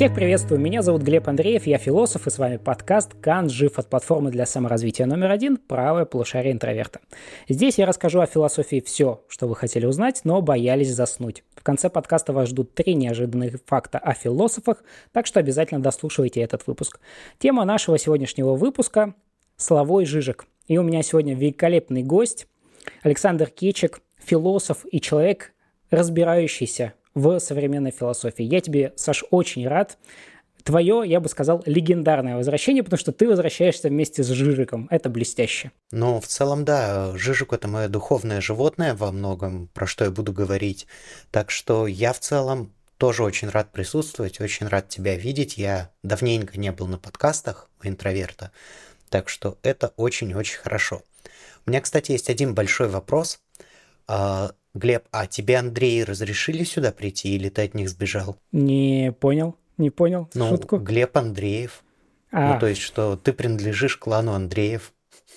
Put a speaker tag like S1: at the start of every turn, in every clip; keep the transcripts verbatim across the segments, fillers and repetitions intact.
S1: Всех приветствую, меня зовут Глеб Андреев, я философ, и с вами подкаст «Кант жив» от платформы для саморазвития номер один «Правое полушарие интроверта». Здесь я расскажу о философии все, что вы хотели узнать, но боялись заснуть. В конце подкаста вас ждут три неожиданных факта о философах, так что обязательно дослушивайте этот выпуск. Тема нашего сегодняшнего выпуска – Славой Жижик. И у меня сегодня великолепный гость Александр Кечик, философ и человек, разбирающийся в современной философии. Я тебе, Саш, очень рад. Твое, я бы сказал, легендарное возвращение, потому что ты возвращаешься вместе с Жижиком. Это блестяще.
S2: Ну, в целом, да. Жижик – это мое духовное животное во многом, про что я буду говорить. Так что я в целом тоже очень рад присутствовать, очень рад тебя видеть. Я давненько не был на подкастах у интроверта, так что это очень-очень хорошо. У меня, кстати, есть один большой вопрос. Глеб, а тебе Андрей разрешили сюда прийти, или ты от них сбежал?
S1: Не понял, не понял
S2: ну,
S1: шутку.
S2: Глеб Андреев.
S1: А.
S2: Ну, то есть, что ты принадлежишь клану Андреев.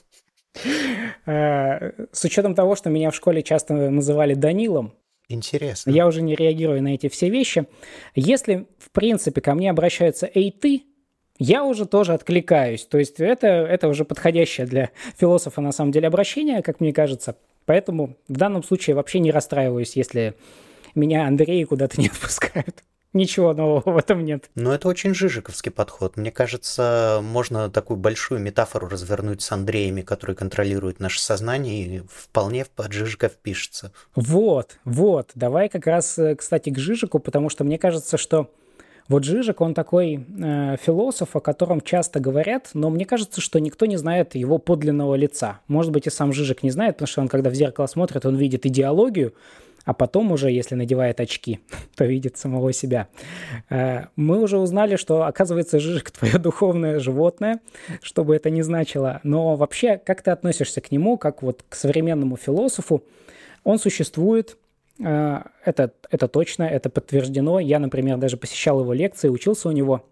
S1: С учетом того, что меня в школе часто называли Данилом,
S2: интересно.
S1: Я уже не реагирую на эти все вещи. Если, в принципе, ко мне обращаются «эй, ты», я уже тоже откликаюсь. То есть это, это уже подходящее для философа, на самом деле, обращение, как мне кажется. Поэтому в данном случае вообще не расстраиваюсь, если меня Андреи куда-то не отпускают. Ничего нового в этом нет.
S2: Ну, это очень жижиковский подход. Мне кажется, можно такую большую метафору развернуть с Андреями, которые контролируют наше сознание, и вполне под Жижика впишется.
S1: Вот, вот. Давай как раз, кстати, к Жижику, потому что мне кажется, что вот Жижик, он такой э, философ, о котором часто говорят, но мне кажется, что никто не знает его подлинного лица. Может быть, и сам Жижик не знает, потому что он, когда в зеркало смотрит, он видит идеологию, а потом уже, если надевает очки, то видит самого себя. Э, мы уже узнали, что, оказывается, Жижик – твое духовное животное, что бы это ни значило. Но вообще, как ты относишься к нему, как вот к современному философу? Он существует. Это, это точно, это подтверждено. Я, например, даже посещал его лекции, учился у него.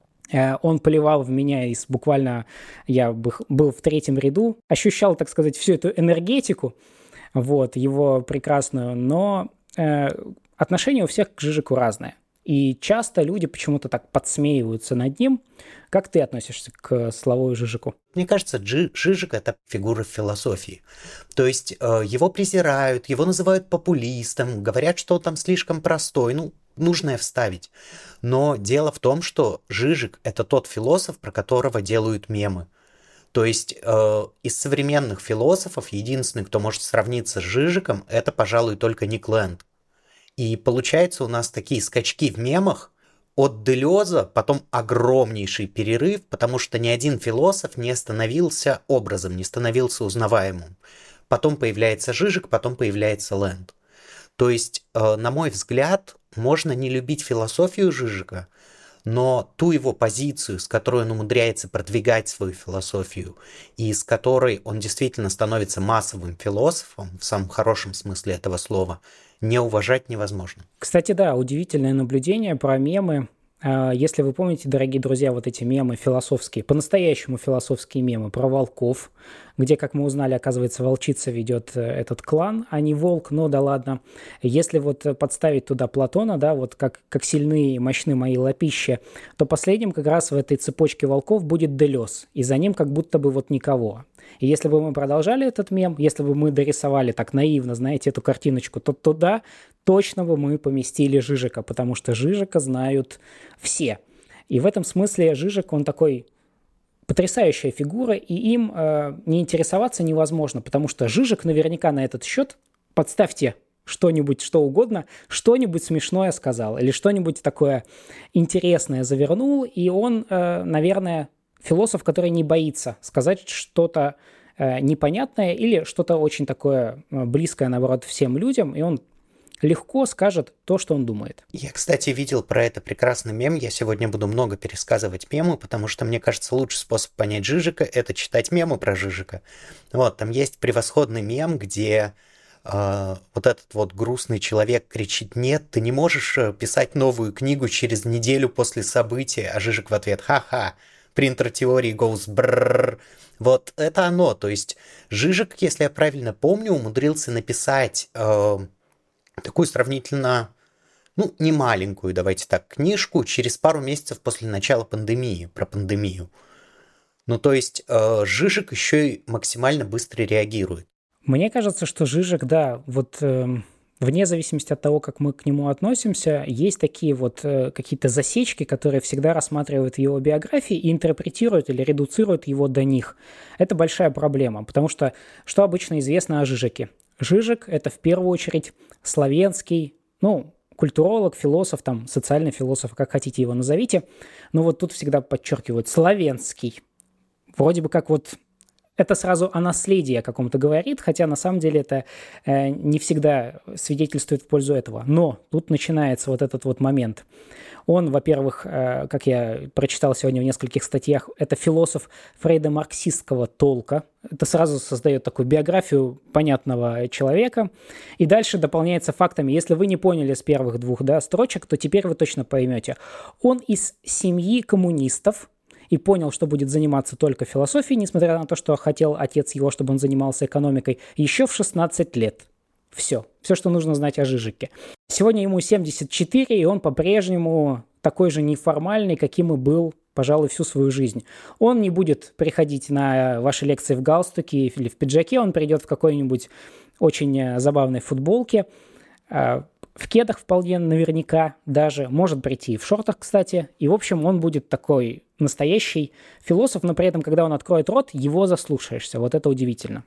S1: Он поливал в меня из буквально... Я был в третьем ряду, ощущал, так сказать, всю эту энергетику, вот, его прекрасную, но э, отношение у всех к Жижику разное. И часто люди почему-то так подсмеиваются над ним. Как ты относишься к Славою Жижику?
S2: Мне кажется, Джи- Жижик – это фигура в философии. То есть э, его презирают, его называют популистом, говорят, что он там слишком простой. Ну, нужно вставить. Но дело в том, что Жижик – это тот философ, про которого делают мемы. То есть э, из современных философов единственный, кто может сравниться с Жижиком, это, пожалуй, только Ник Лэнд. И получается у нас такие скачки в мемах от Делеза, потом огромнейший перерыв, потому что ни один философ не становился образом, не становился узнаваемым. Потом появляется Жижик, потом появляется Лэнд. То есть, на мой взгляд, можно не любить философию Жижика, но ту его позицию, с которой он умудряется продвигать свою философию, и с которой он действительно становится массовым философом, в самом хорошем смысле этого слова, не уважать невозможно.
S1: Кстати, да, удивительное наблюдение про мемы. Если вы помните, дорогие друзья, вот эти мемы философские, по-настоящему философские мемы про волков, где, как мы узнали, оказывается, волчица ведет этот клан, а не волк, ну да ладно. Если вот подставить туда Платона, да, вот как, как сильны и мощны мои лапища, то последним как раз в этой цепочке волков будет Делез, и за ним как будто бы вот никого. И если бы мы продолжали этот мем, если бы мы дорисовали так наивно, знаете, эту картиночку, то туда точно бы мы поместили Жижика, потому что Жижика знают все. И в этом смысле Жижик, он такой потрясающая фигура, и им э, не интересоваться невозможно, потому что Жижик наверняка на этот счет, подставьте что-нибудь, что угодно, что-нибудь смешное сказал или что-нибудь такое интересное завернул, и он, э, наверное, философ, который не боится сказать что-то э, непонятное или что-то очень такое близкое, наоборот, всем людям, и он легко скажет то, что он думает.
S2: Я, кстати, видел про это прекрасный мем. Я сегодня буду много пересказывать мемы, потому что, мне кажется, лучший способ понять Жижика – это читать мемы про Жижика. Вот, там есть превосходный мем, где э, вот этот вот грустный человек кричит: «Нет, ты не можешь писать новую книгу через неделю после события», а Жижик в ответ: «Ха-ха, принтер теории goes брррр». Вот это оно. То есть Жижик, если я правильно помню, умудрился написать э, такую сравнительно ну, не маленькую, давайте так, книжку через пару месяцев после начала пандемии, про пандемию. Ну, то есть э, Жижик еще и максимально быстро реагирует.
S1: Мне кажется, что Жижик, да, вот э, вне зависимости от того, как мы к нему относимся, есть такие вот э, какие-то засечки, которые всегда рассматривают в его биографии и интерпретируют или редуцируют его до них. Это большая проблема, потому что что обычно известно о Жижике? Жижик – это в первую очередь славянский, ну, культуролог, философ, там, социальный философ, как хотите его назовите, но вот тут всегда подчеркивают славянский. Вроде бы как вот это сразу о наследии о каком-то говорит, хотя на самом деле это э, не всегда свидетельствует в пользу этого. Но тут начинается вот этот вот момент. Он, во-первых, э, как я прочитал сегодня в нескольких статьях, это философ фрейдо-марксистского толка. Это сразу создает такую биографию понятного человека. И дальше дополняется фактами. Если вы не поняли с первых двух да, строчек, то теперь вы точно поймете. Он из семьи коммунистов, и понял, что будет заниматься только философией, несмотря на то, что хотел отец его, чтобы он занимался экономикой, еще в шестнадцать лет. Все. Все, что нужно знать о Жижике. Сегодня ему семьдесят четыре, и он по-прежнему такой же неформальный, каким и был, пожалуй, всю свою жизнь. Он не будет приходить на ваши лекции в галстуке или в пиджаке, он придет в какой-нибудь очень забавной футболке, в кедах вполне наверняка даже, может прийти и в шортах, кстати. И, в общем, он будет такой настоящий философ, но при этом, когда он откроет рот, его заслушаешься. Вот это удивительно.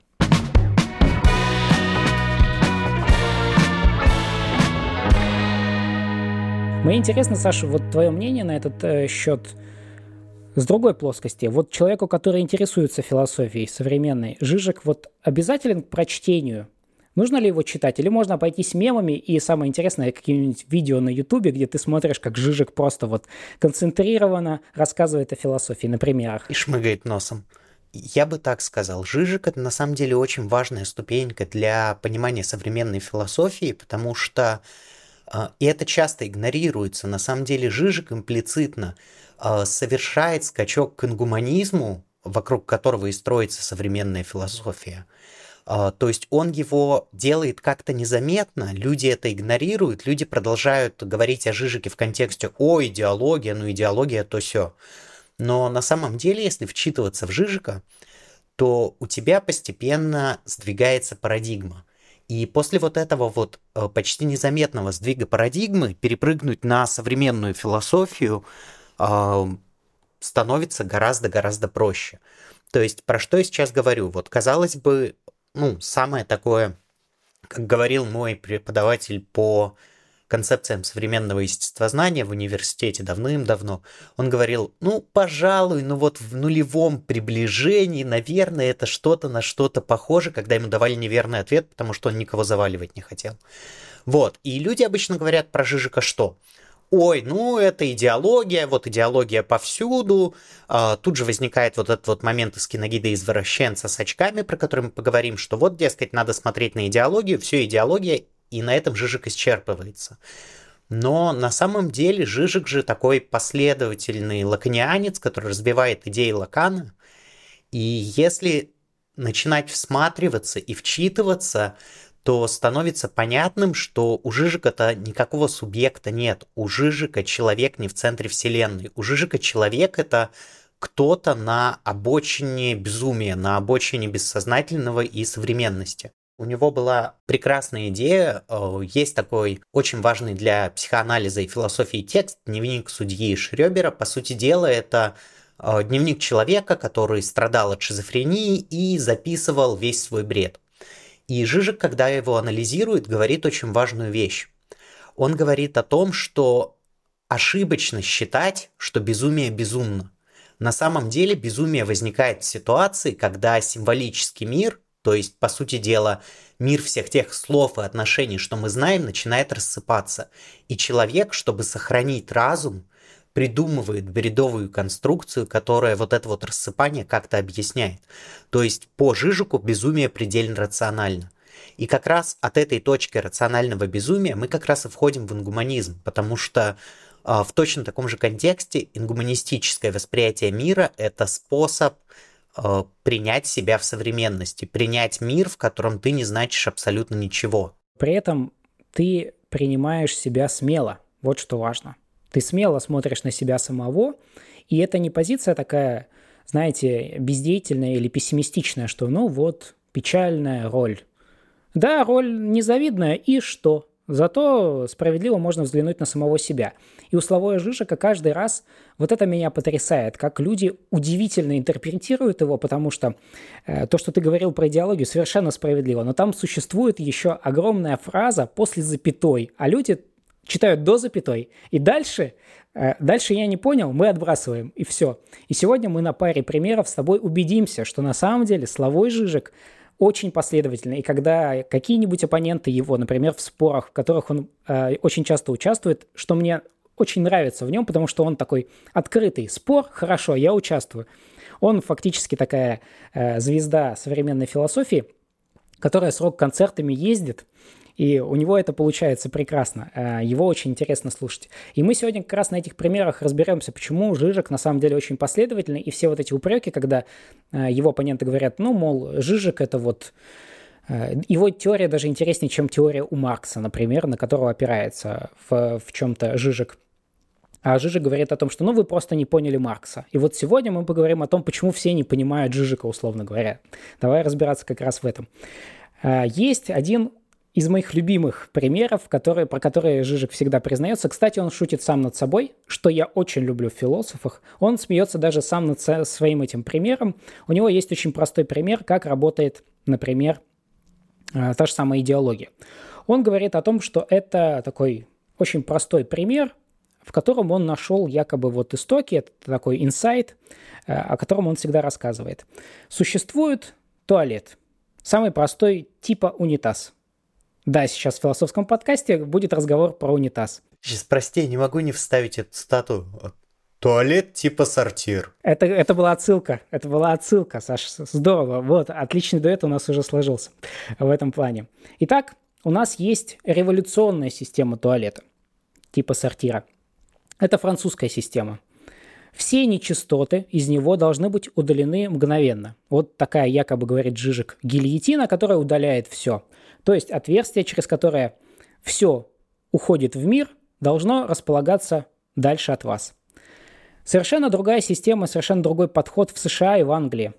S1: Мне интересно, Саша, вот твое мнение на этот э, счет с другой плоскости. Вот человеку, который интересуется философией современной, Жижик вот обязателен к прочтению? Нужно ли его читать? Или можно обойтись мемами и, самое интересное, какие-нибудь видео на Ютубе, где ты смотришь, как Жижик просто вот концентрированно рассказывает о философии на примерах.
S2: И шмыгает носом. Я бы так сказал. Жижик — это на самом деле очень важная ступенька для понимания современной философии, потому что и это часто игнорируется. На самом деле Жижик имплицитно совершает скачок к ингуманизму, вокруг которого и строится современная философия. То есть он его делает как-то незаметно, люди это игнорируют, люди продолжают говорить о Жижике в контексте «О, идеология, ну идеология, то сё». Но на самом деле, если вчитываться в Жижика, то у тебя постепенно сдвигается парадигма. И после вот этого вот почти незаметного сдвига парадигмы перепрыгнуть на современную философию становится гораздо-гораздо проще. То есть про что я сейчас говорю? Вот казалось бы, ну, самое такое, как говорил мой преподаватель по концепциям современного естествознания в университете давным-давно, он говорил, ну, пожалуй, ну вот в нулевом приближении, наверное, это что-то на что-то похоже, когда ему давали неверный ответ, потому что он никого заваливать не хотел. Вот, и люди обычно говорят про Жижика что? Ой, ну это идеология, вот идеология повсюду. А, тут же возникает вот этот вот момент из киногида-извращенца с очками, про который мы поговорим, что вот, дескать, надо смотреть на идеологию, все идеология, и на этом Жижик исчерпывается. Но на самом деле Жижик же такой последовательный лаканианец, который разбивает идеи Лакана, и если начинать всматриваться и вчитываться, то становится понятным, что у Жижика-то никакого субъекта нет. У Жижика человек не в центре вселенной. У Жижика человек — это кто-то на обочине безумия, на обочине бессознательного и современности. У него была прекрасная идея. Есть такой очень важный для психоанализа и философии текст «Дневник судьи Шрёбера». По сути дела, это дневник человека, который страдал от шизофрении и записывал весь свой бред. И Жижик, когда его анализирует, говорит очень важную вещь. Он говорит о том, что ошибочно считать, что безумие безумно. На самом деле безумие возникает в ситуации, когда символический мир, то есть, по сути дела, мир всех тех слов и отношений, что мы знаем, начинает рассыпаться. И человек, чтобы сохранить разум, придумывает бредовую конструкцию, которая вот это вот рассыпание как-то объясняет. То есть по Жижику безумие предельно рационально. И как раз от этой точки рационального безумия мы как раз и входим в ингуманизм, потому что э, в точно таком же контексте ингуманистическое восприятие мира — это способ э, принять себя в современности, принять мир, в котором ты не значишь абсолютно ничего.
S1: При этом ты принимаешь себя смело. Вот что важно. Ты смело смотришь на себя самого, и это не позиция такая, знаете, бездеятельная или пессимистичная, что ну вот, печальная роль. Да, роль незавидная, и что? Зато справедливо можно взглянуть на самого себя. И у Славоя Жижика каждый раз вот это меня потрясает, как люди удивительно интерпретируют его, потому что э, то, что ты говорил про идеологию, совершенно справедливо, но там существует еще огромная фраза после запятой, а люди читают до запятой, и дальше, э, дальше я не понял, мы отбрасываем, и все. И сегодня мы на паре примеров с тобой убедимся, что на самом деле Славой Жижик очень последовательно, и когда какие-нибудь оппоненты его, например, в спорах, в которых он э, очень часто участвует, что мне очень нравится в нем, потому что он такой открытый. Спор, хорошо, я участвую. Он фактически такая э, звезда современной философии, которая с рок-концертами ездит, и у него это получается прекрасно. Его очень интересно слушать. И мы сегодня как раз на этих примерах разберемся, почему Жижик на самом деле очень последовательный. И все вот эти упреки, когда его оппоненты говорят, ну, мол, Жижик это вот... Его теория даже интереснее, чем теория у Маркса, например, на которого опирается в, в чем-то Жижик. А Жижик говорит о том, что ну вы просто не поняли Маркса. И вот сегодня мы поговорим о том, почему все не понимают Жижика, условно говоря. Давай разбираться как раз в этом. Есть один из моих любимых примеров, которые, про которые Жижик всегда признается. Кстати, он шутит сам над собой, что я очень люблю в философах. Он смеется даже сам над своим этим примером. У него есть очень простой пример, как работает, например, та же самая идеология. Он говорит о том, что это такой очень простой пример, в котором он нашел якобы вот истоки, это такой инсайт, о котором он всегда рассказывает. Существует туалет, самый простой, типа унитаз. Да, сейчас в философском подкасте будет разговор про унитаз.
S2: Сейчас, прости, не могу не вставить эту стату. Туалет типа сортир.
S1: Это, это была отсылка, это была отсылка, Саш, здорово. Вот, отличный дуэт у нас уже сложился в этом плане. Итак, у нас есть революционная система туалета типа сортира. Это французская система. Все нечистоты из него должны быть удалены мгновенно. Вот такая, якобы, говорит Жижик, гильотина, которая удаляет все. То есть отверстие, через которое все уходит в мир, должно располагаться дальше от вас. Совершенно другая система, совершенно другой подход в США и в Англии.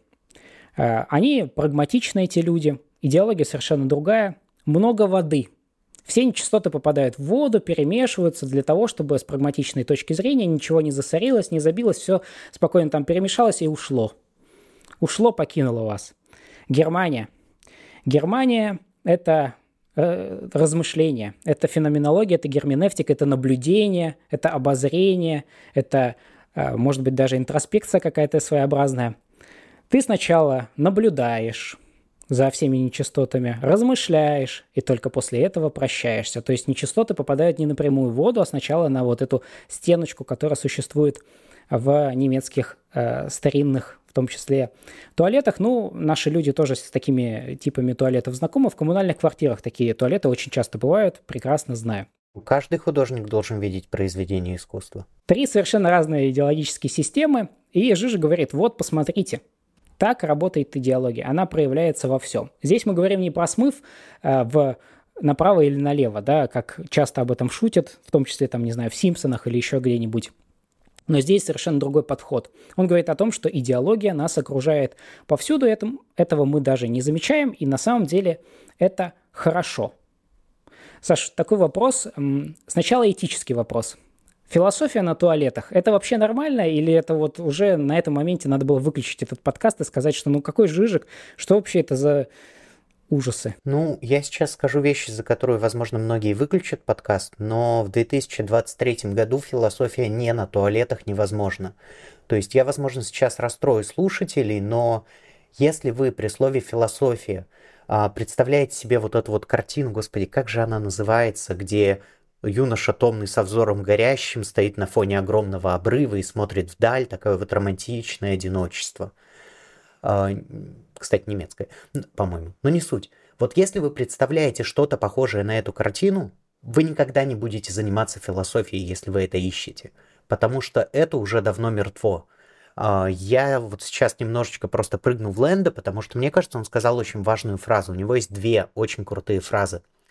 S1: Они прагматичны, эти люди, идеология совершенно другая. Много воды. Все нечистоты попадают в воду, перемешиваются для того, чтобы с прагматичной точки зрения ничего не засорилось, не забилось, все спокойно там перемешалось и ушло. Ушло, покинуло вас. Германия. Германия – это э, размышление, это феноменология, это герменевтика, это наблюдение, это обозрение, это, э, может быть, даже интроспекция какая-то своеобразная. Ты сначала наблюдаешь за всеми нечистотами, размышляешь, и только после этого прощаешься. То есть нечистоты попадают не напрямую в воду, а сначала на вот эту стеночку, которая существует в немецких э, старинных, в том числе, туалетах. Ну, наши люди тоже с такими типами туалетов знакомы. В коммунальных квартирах такие туалеты очень часто бывают, прекрасно знаю.
S2: Каждый художник должен видеть произведение искусства.
S1: Три совершенно разные идеологические системы, и Жижик говорит, вот, посмотрите, так работает идеология, она проявляется во всем. Здесь мы говорим не про смыв э, в, направо или налево, да, как часто об этом шутят, в том числе, там, не знаю, в «Симпсонах» или еще где-нибудь. Но здесь совершенно другой подход. Он говорит о том, что идеология нас окружает повсюду, этом, этого мы даже не замечаем, и на самом деле это хорошо. Саш, такой вопрос, сначала этический вопрос. Философия на туалетах – это вообще нормально, или это вот уже на этом моменте надо было выключить этот подкаст и сказать, что ну какой Жижик, что вообще это за ужасы?
S2: Ну, я сейчас скажу вещи, за которые, возможно, многие выключат подкаст, но в две тысячи двадцать третьем году философия не на туалетах невозможна. То есть я, возможно, сейчас расстрою слушателей, но если вы при слове «философия» представляете себе вот эту вот картину, господи, как же она называется, где юноша томный со взором горящим стоит на фоне огромного обрыва и смотрит вдаль, такое вот романтичное одиночество. Кстати, немецкое, по-моему, но не суть. Вот если вы представляете что-то похожее на эту картину, вы никогда не будете заниматься философией, если вы это ищете, потому что это уже давно мертво. Я вот сейчас немножечко просто прыгну в Лэнда, потому что, мне кажется, он сказал очень важную фразу. У него есть две очень крутые фразы.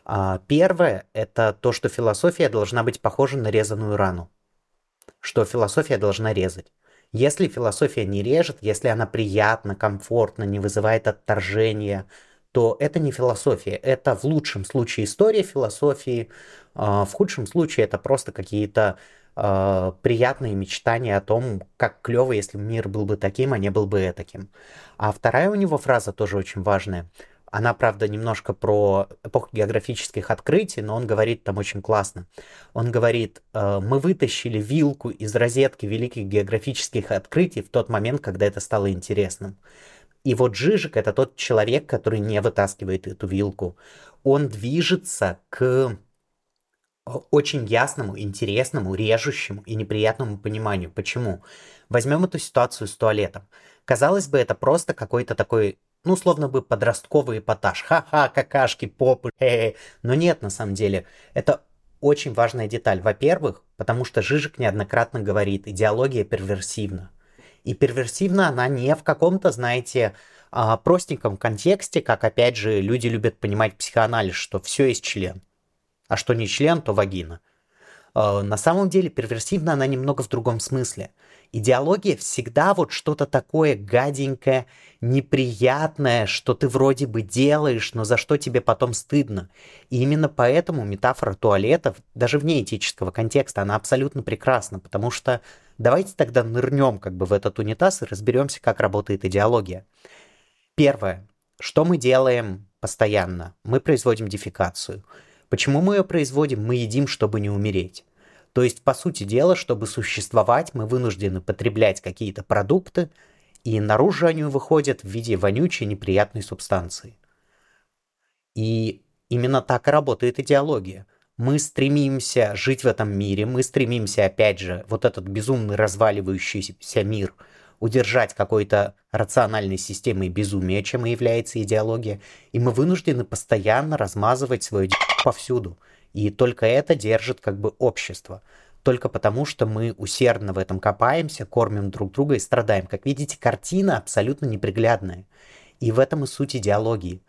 S2: А первое — это то, что философия должна быть похожа на резаную рану. Что философия должна резать. Если философия не режет, если она приятна, комфортна, не вызывает отторжения, то это не философия. Это в лучшем случае история философии, в худшем случае это просто какие-то приятные мечтания о том, как клево, если мир был бы таким, а не был бы этаким. А вторая у него фраза тоже очень важная. Она, правда, немножко про эпоху географических открытий, но он говорит там очень классно. Он говорит, мы вытащили вилку из розетки великих географических открытий в тот момент, когда это стало интересным. И вот Жижик — это тот человек, который не вытаскивает эту вилку. Он движется к очень ясному, интересному, режущему и неприятному пониманию. Почему? Возьмем эту ситуацию с туалетом. Казалось бы, это просто какой-то такой, ну, словно бы подростковый эпатаж. Ха-ха, какашки, попы, хе-хе. Но нет, на самом деле, это очень важная деталь. Во-первых, потому что Жижик неоднократно говорит, идеология перверсивна. И перверсивна она не в каком-то, знаете, простеньком контексте, как, опять же, люди любят понимать психоанализ, что все есть член. А что не член, то вагина. На самом деле перверсивна она немного в другом смысле. Идеология всегда вот что-то такое гаденькое, неприятное, что ты вроде бы делаешь, но за что тебе потом стыдно. И именно поэтому метафора туалетов, даже вне этического контекста, она абсолютно прекрасна, потому что давайте тогда нырнем как бы в этот унитаз и разберемся, как работает идеология. Первое. Что мы делаем постоянно? Мы производим дефекацию. Почему мы ее производим? Мы едим, чтобы не умереть. То есть, по сути дела, чтобы существовать, мы вынуждены потреблять какие-то продукты, и наружу они выходят в виде вонючей, неприятной субстанции. И именно так и работает идеология. Мы стремимся жить в этом мире, мы стремимся, опять же, вот этот безумный разваливающийся мир удержать какой-то рациональной системой безумия, чем и является идеология, и мы вынуждены постоянно размазывать свое д*** повсюду. И только это держит как бы общество. Только потому, что мы усердно в этом копаемся, кормим друг друга и страдаем. Как видите, картина абсолютно неприглядная. И в этом и суть идеологии.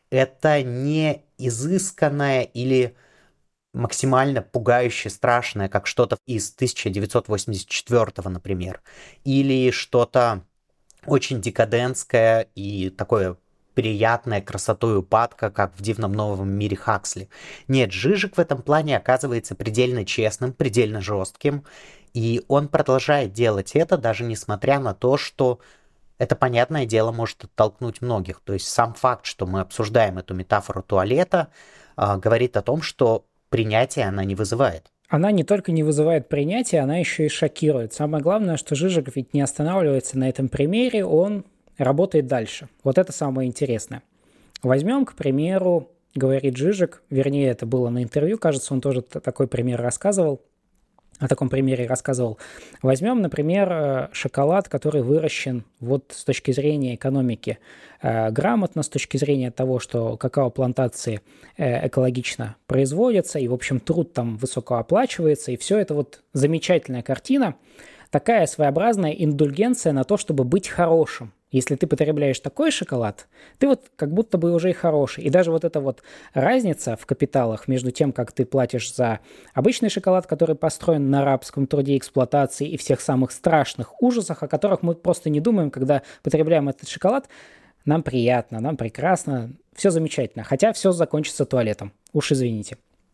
S2: Это не изысканная или максимально пугающе страшное, как что-то из тысяча девятьсот восемьдесят четвёртого, например. Или что-то очень декадентское и такое приятная красотой упадка, как в «Дивном новом мире» Хаксли. Нет, Жижик в этом плане оказывается предельно честным, предельно жестким, и он продолжает делать это, даже несмотря на то, что это, понятное дело, может оттолкнуть многих. То есть сам факт, что мы обсуждаем эту метафору туалета, говорит о том, что принятия она не вызывает.
S1: Она не только не вызывает принятия, она еще и шокирует. Самое главное, что Жижик ведь не останавливается на этом примере, он работает дальше. Вот это самое интересное. Возьмем, к примеру, говорит Жижик, вернее, это было на интервью, кажется, он тоже такой пример рассказывал, о таком примере рассказывал. Возьмем, например, шоколад, который выращен вот с точки зрения экономики э, грамотно, с точки зрения того, что какао-плантации э, экологично производятся, и, в общем, труд там высоко оплачивается, и все это вот замечательная картина, такая своеобразная индульгенция на то, чтобы быть хорошим. Если ты потребляешь такой шоколад, ты вот как будто бы уже и хороший. И даже вот эта вот разница в капиталах между тем, как ты платишь за обычный шоколад, который построен на рабском труде, эксплуатации и всех самых страшных ужасах, о которых мы просто не думаем, когда потребляем этот шоколад, нам приятно, нам прекрасно, все замечательно. Хотя все закончится туалетом, уж извините.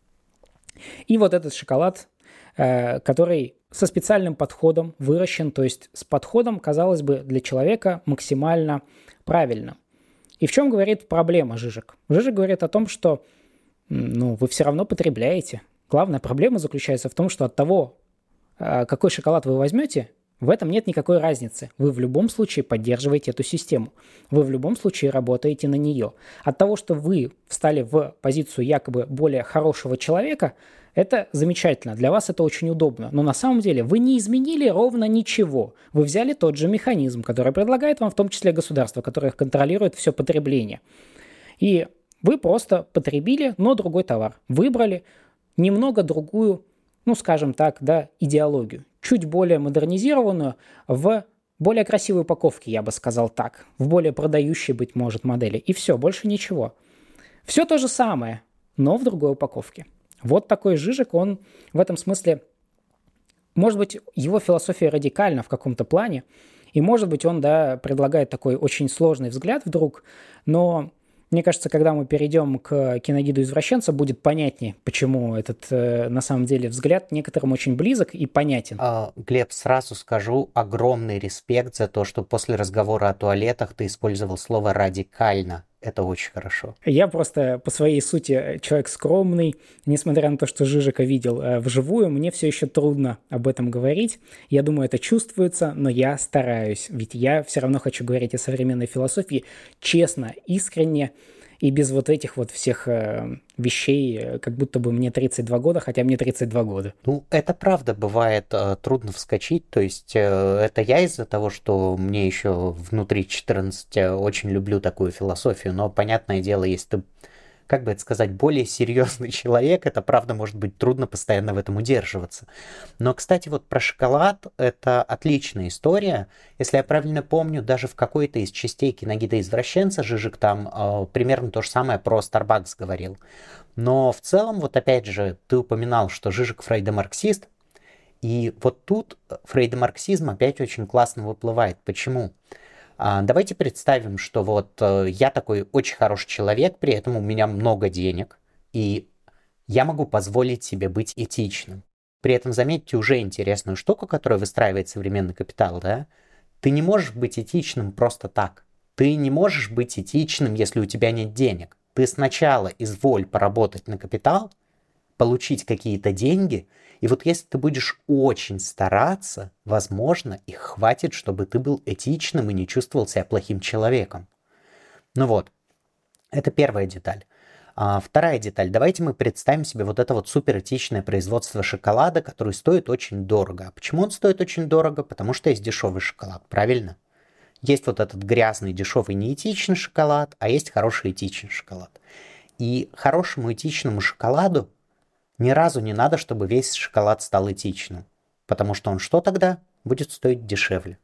S1: И вот этот шоколад, который со специальным подходом выращен, то есть с подходом, казалось бы, для человека максимально правильным. И в чем говорит проблема Жижик? Жижик говорит о том, что ну, вы все равно потребляете. Главная проблема заключается в том, что от того, какой шоколад вы возьмете, в этом нет никакой разницы. Вы в любом случае поддерживаете эту систему. Вы в любом случае работаете на нее. От того, что вы встали в позицию якобы более хорошего человека, это замечательно, для вас это очень удобно, но на самом деле вы не изменили ровно ничего. Вы взяли тот же механизм, который предлагает вам в том числе государство, которое контролирует все потребление. И вы просто потребили, но другой товар. Выбрали немного другую, ну скажем так, да, идеологию. Чуть более модернизированную, в более красивой упаковке, я бы сказал так. В более продающей, быть может, модели. И все, больше ничего. Все то же самое. но в другой упаковке. Вот такой Жижик, он в этом смысле, может быть, его философия радикальна в каком-то плане, и, может быть, он, да, предлагает такой очень сложный взгляд вдруг, но мне кажется, когда мы перейдем к киногиду извращенца, будет понятнее, почему этот, э, на самом деле, взгляд некоторым очень близок и понятен.
S2: А, Глеб, сразу скажу огромный респект за то, что после разговора о туалетах ты использовал слово «радикально». Это очень хорошо.
S1: Я просто по своей сути человек скромный. Несмотря на то, что Жижика видел э, вживую, мне все еще трудно об этом говорить. Я думаю, это чувствуется, но я стараюсь. Ведь я все равно хочу говорить о современной философии честно, искренне и без вот этих вот всех э, вещей, э, как будто бы мне тридцать два года, хотя мне тридцать два года.
S2: Ну, это правда бывает э, трудно вскочить. То есть э, это я из-за того, что мне еще внутри четырнадцать э, очень люблю такую философию. Но, понятное дело, если ты, как бы это сказать, более серьезный человек, это правда может быть трудно постоянно в этом удерживаться. Но, кстати, вот про шоколад это отличная история. Если я правильно помню, даже в какой-то из частей киногида извращенца Жижик там э, примерно то же самое про Starbucks говорил. Но в целом, вот опять же, ты упоминал, что Жижик фрейдомарксист, и вот тут фрейдомарксизм опять очень классно выплывает. Почему? А, давайте представим, что вот э, я такой очень хороший человек, при этом у меня много денег, и я могу позволить себе быть этичным. При этом заметьте уже интересную штуку, которую выстраивает современный капитал, да? Ты не можешь быть этичным просто так. Ты не можешь быть этичным, если у тебя нет денег. Ты сначала изволь поработать на капитал, получить какие-то деньги, и вот если ты будешь очень стараться, возможно, их хватит, чтобы ты был этичным и не чувствовал себя плохим человеком. Ну вот, это первая деталь. А вторая деталь. Давайте мы представим себе вот это вот суперэтичное производство шоколада, который стоит очень дорого. А почему он стоит очень дорого? Потому что есть дешевый шоколад, правильно? Есть вот этот грязный, дешевый, неэтичный шоколад, а есть хороший этичный шоколад. И хорошему этичному шоколаду ни разу не надо, чтобы весь шоколад стал этичным. Потому что он что тогда? Будет стоить дешевле.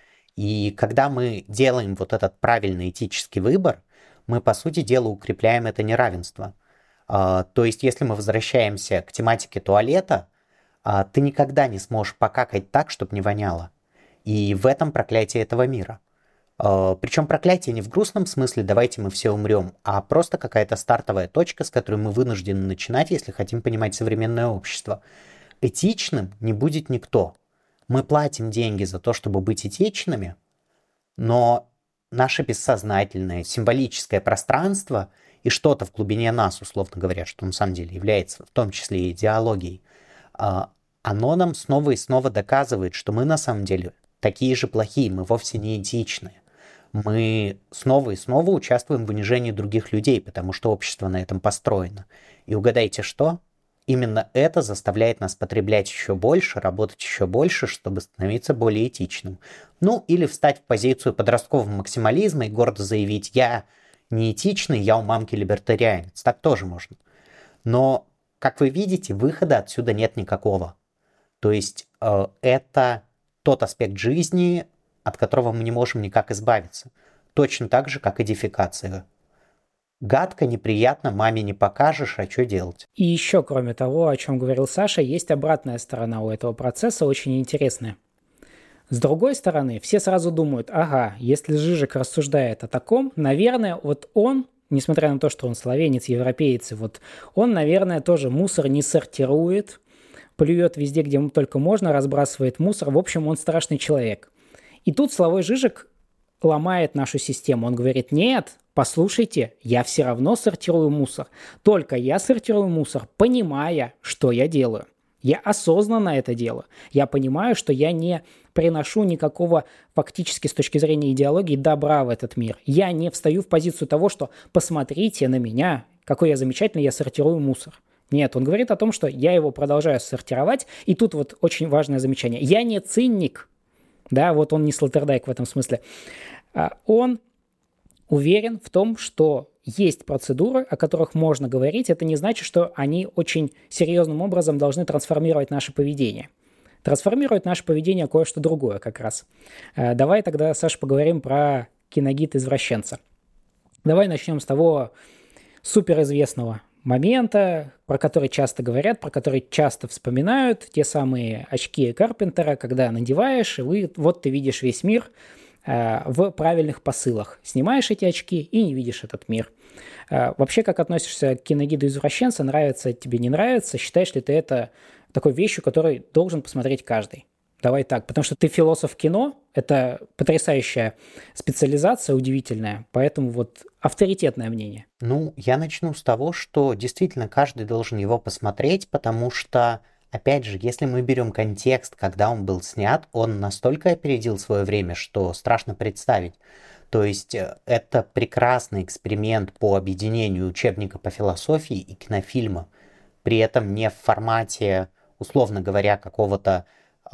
S2: И когда мы делаем вот этот правильный этический выбор, мы, по сути дела, укрепляем это неравенство. То есть, если мы возвращаемся к тематике туалета, ты никогда не сможешь покакать так, чтобы не воняло. И в этом проклятие этого мира. Причем проклятие не в грустном смысле «давайте мы все умрем», а просто какая-то стартовая точка, с которой мы вынуждены начинать, если хотим понимать современное общество. Этичным не будет никто. Мы платим деньги за то, чтобы быть этичными, но наше бессознательное, символическое пространство и что-то в глубине нас, условно говоря, что на самом деле является в том числе и идеологией, оно нам снова и снова доказывает, что мы на самом деле такие же плохие, мы вовсе не этичные. Мы снова и снова участвуем в унижении других людей, потому что общество на этом построено. И угадайте что? Именно это заставляет нас потреблять еще больше, работать еще больше, чтобы становиться более этичным. Ну, или встать в позицию подросткового максимализма и гордо заявить: я не этичный, я у мамки либертарианец. Так тоже можно. Но, как вы видите, выхода отсюда нет никакого. То есть э, это тот аспект жизни, от которого мы не можем никак избавиться. Точно так же, как и дефекация. Гадко, неприятно, маме не покажешь, а что делать?
S1: И еще, кроме того, о чем говорил Саша, есть обратная сторона у этого процесса, очень интересная. С другой стороны, все сразу думают: ага, если Жижик рассуждает о таком, наверное, вот он, несмотря на то, что он словенец, европеец, вот он, наверное, тоже мусор не сортирует, плюет везде, где ему только можно, разбрасывает мусор. В общем, он страшный человек. И тут Славой Жижик ломает нашу систему. Он говорит: нет, послушайте, я все равно сортирую мусор. Только я сортирую мусор, понимая, что я делаю. Я осознанно это делаю. Я понимаю, что я не приношу никакого фактически с точки зрения идеологии добра в этот мир. Я не встаю в позицию того, что посмотрите на меня, какой я замечательный, я сортирую мусор. Нет, он говорит о том, что я его продолжаю сортировать. И тут вот очень важное замечание. Я не циник. Да, вот он не Слоттердайк в этом смысле. Он уверен в том, что есть процедуры, о которых можно говорить. Это не значит, что они очень серьезным образом должны трансформировать наше поведение. Трансформирует наше поведение кое-что другое как раз. Давай тогда, Саша, поговорим про киногид извращенца. Давай начнем с того суперизвестного момента, про который часто говорят, про который часто вспоминают, те самые очки Карпентера, когда надеваешь, и вы, вот ты видишь весь мир э, в правильных посылах. Снимаешь эти очки и не видишь этот мир. Э, вообще, как относишься к киногиду извращенца? Нравится тебе, не нравится? Считаешь ли ты это такой вещью, которую должен посмотреть каждый? Давай так, потому что ты философ кино, это потрясающая специализация, удивительная, поэтому вот авторитетное мнение.
S2: Ну, я начну с того, что действительно каждый должен его посмотреть, потому что, опять же, если мы берем контекст, когда он был снят, он настолько опередил свое время, что страшно представить. То есть это прекрасный эксперимент по объединению учебника по философии и кинофильма, при этом не в формате, условно говоря, какого-то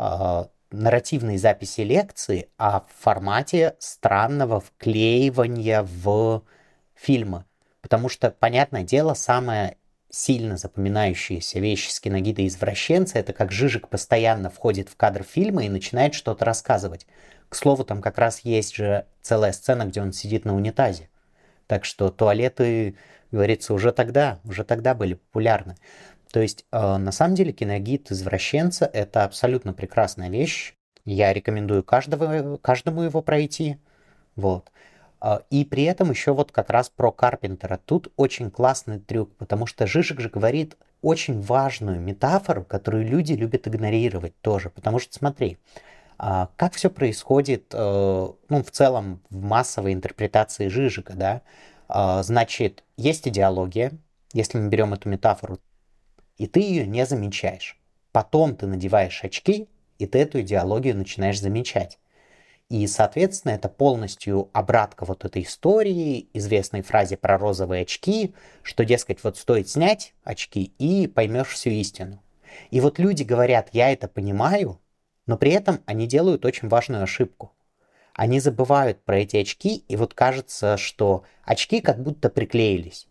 S2: нарративной записи лекции, а в формате странного вклеивания в фильмы. Потому что, понятное дело, самая сильно запоминающаяся вещь с киногида извращенца — это как Жижик постоянно входит в кадр фильма и начинает что-то рассказывать. К слову, там как раз есть же целая сцена, где он сидит на унитазе. Так что туалеты, говорится, уже тогда, уже тогда были популярны. То есть, э, на самом деле, киногид извращенца — это абсолютно прекрасная вещь. Я рекомендую каждого, каждому его пройти. Вот. Э, и при этом еще вот как раз про Карпентера. Тут очень классный трюк, потому что Жижик же говорит очень важную метафору, которую люди любят игнорировать тоже. Потому что, смотри, э, как все происходит, э, ну, в целом, в массовой интерпретации Жижика, да? Э, значит, есть идеология, если мы берем эту метафору, и ты ее не замечаешь. Потом ты надеваешь очки, и ты эту идеологию начинаешь замечать. И, соответственно, это полностью обратка вот этой истории, известной фразе про розовые очки, что, дескать, вот стоит снять очки, и поймешь всю истину. И вот люди говорят, я это понимаю, но при этом они делают очень важную ошибку. Они забывают про эти очки, и вот кажется, что очки как будто приклеились.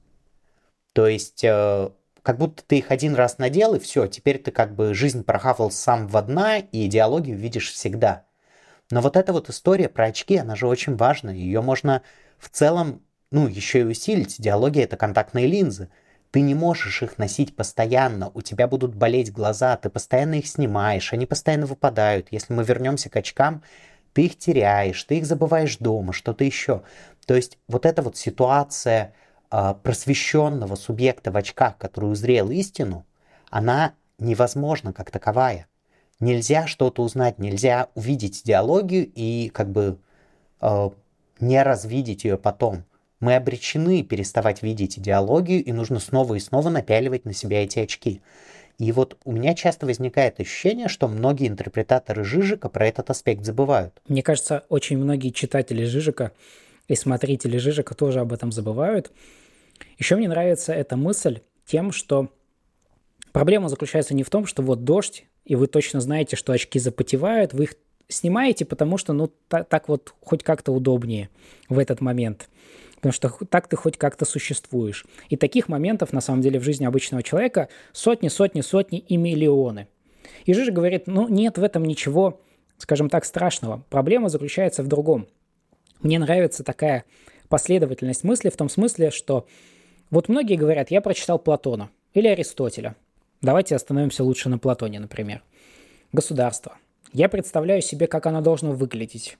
S2: То есть... Как будто ты их один раз надел, и все, теперь ты как бы жизнь прохавал сам в дна, и идеологию видишь всегда. Но вот эта вот история про очки, она же очень важна. Ее можно в целом, ну, еще и усилить. Идеология — это контактные линзы. Ты не можешь их носить постоянно, у тебя будут болеть глаза, ты постоянно их снимаешь, они постоянно выпадают. Если мы вернемся к очкам, ты их теряешь, ты их забываешь дома, что-то еще. То есть вот эта вот ситуация... просвещенного субъекта в очках, который узрел истину, она невозможна как таковая. Нельзя что-то узнать, нельзя увидеть идеологию и как бы э, не развидеть ее потом. Мы обречены переставать видеть идеологию, и нужно снова и снова напяливать на себя эти очки. И вот у меня часто возникает ощущение, что многие интерпретаторы Жижика про этот аспект забывают.
S1: Мне кажется, очень многие читатели Жижика и смотрители Жижика тоже об этом забывают. Еще мне нравится эта мысль тем, что проблема заключается не в том, что вот дождь, и вы точно знаете, что очки запотевают, вы их снимаете, потому что ну так, так вот хоть как-то удобнее в этот момент. Потому что так ты хоть как-то существуешь. И таких моментов, на самом деле, в жизни обычного человека сотни, сотни, сотни и миллионы. И Жижик говорит, ну нет в этом ничего, скажем так, страшного. Проблема заключается в другом. Мне нравится такая последовательность мысли в том смысле, что вот многие говорят, я прочитал Платона или Аристотеля. Давайте остановимся лучше на Платоне, например. Государство. Я представляю себе, как оно должно выглядеть.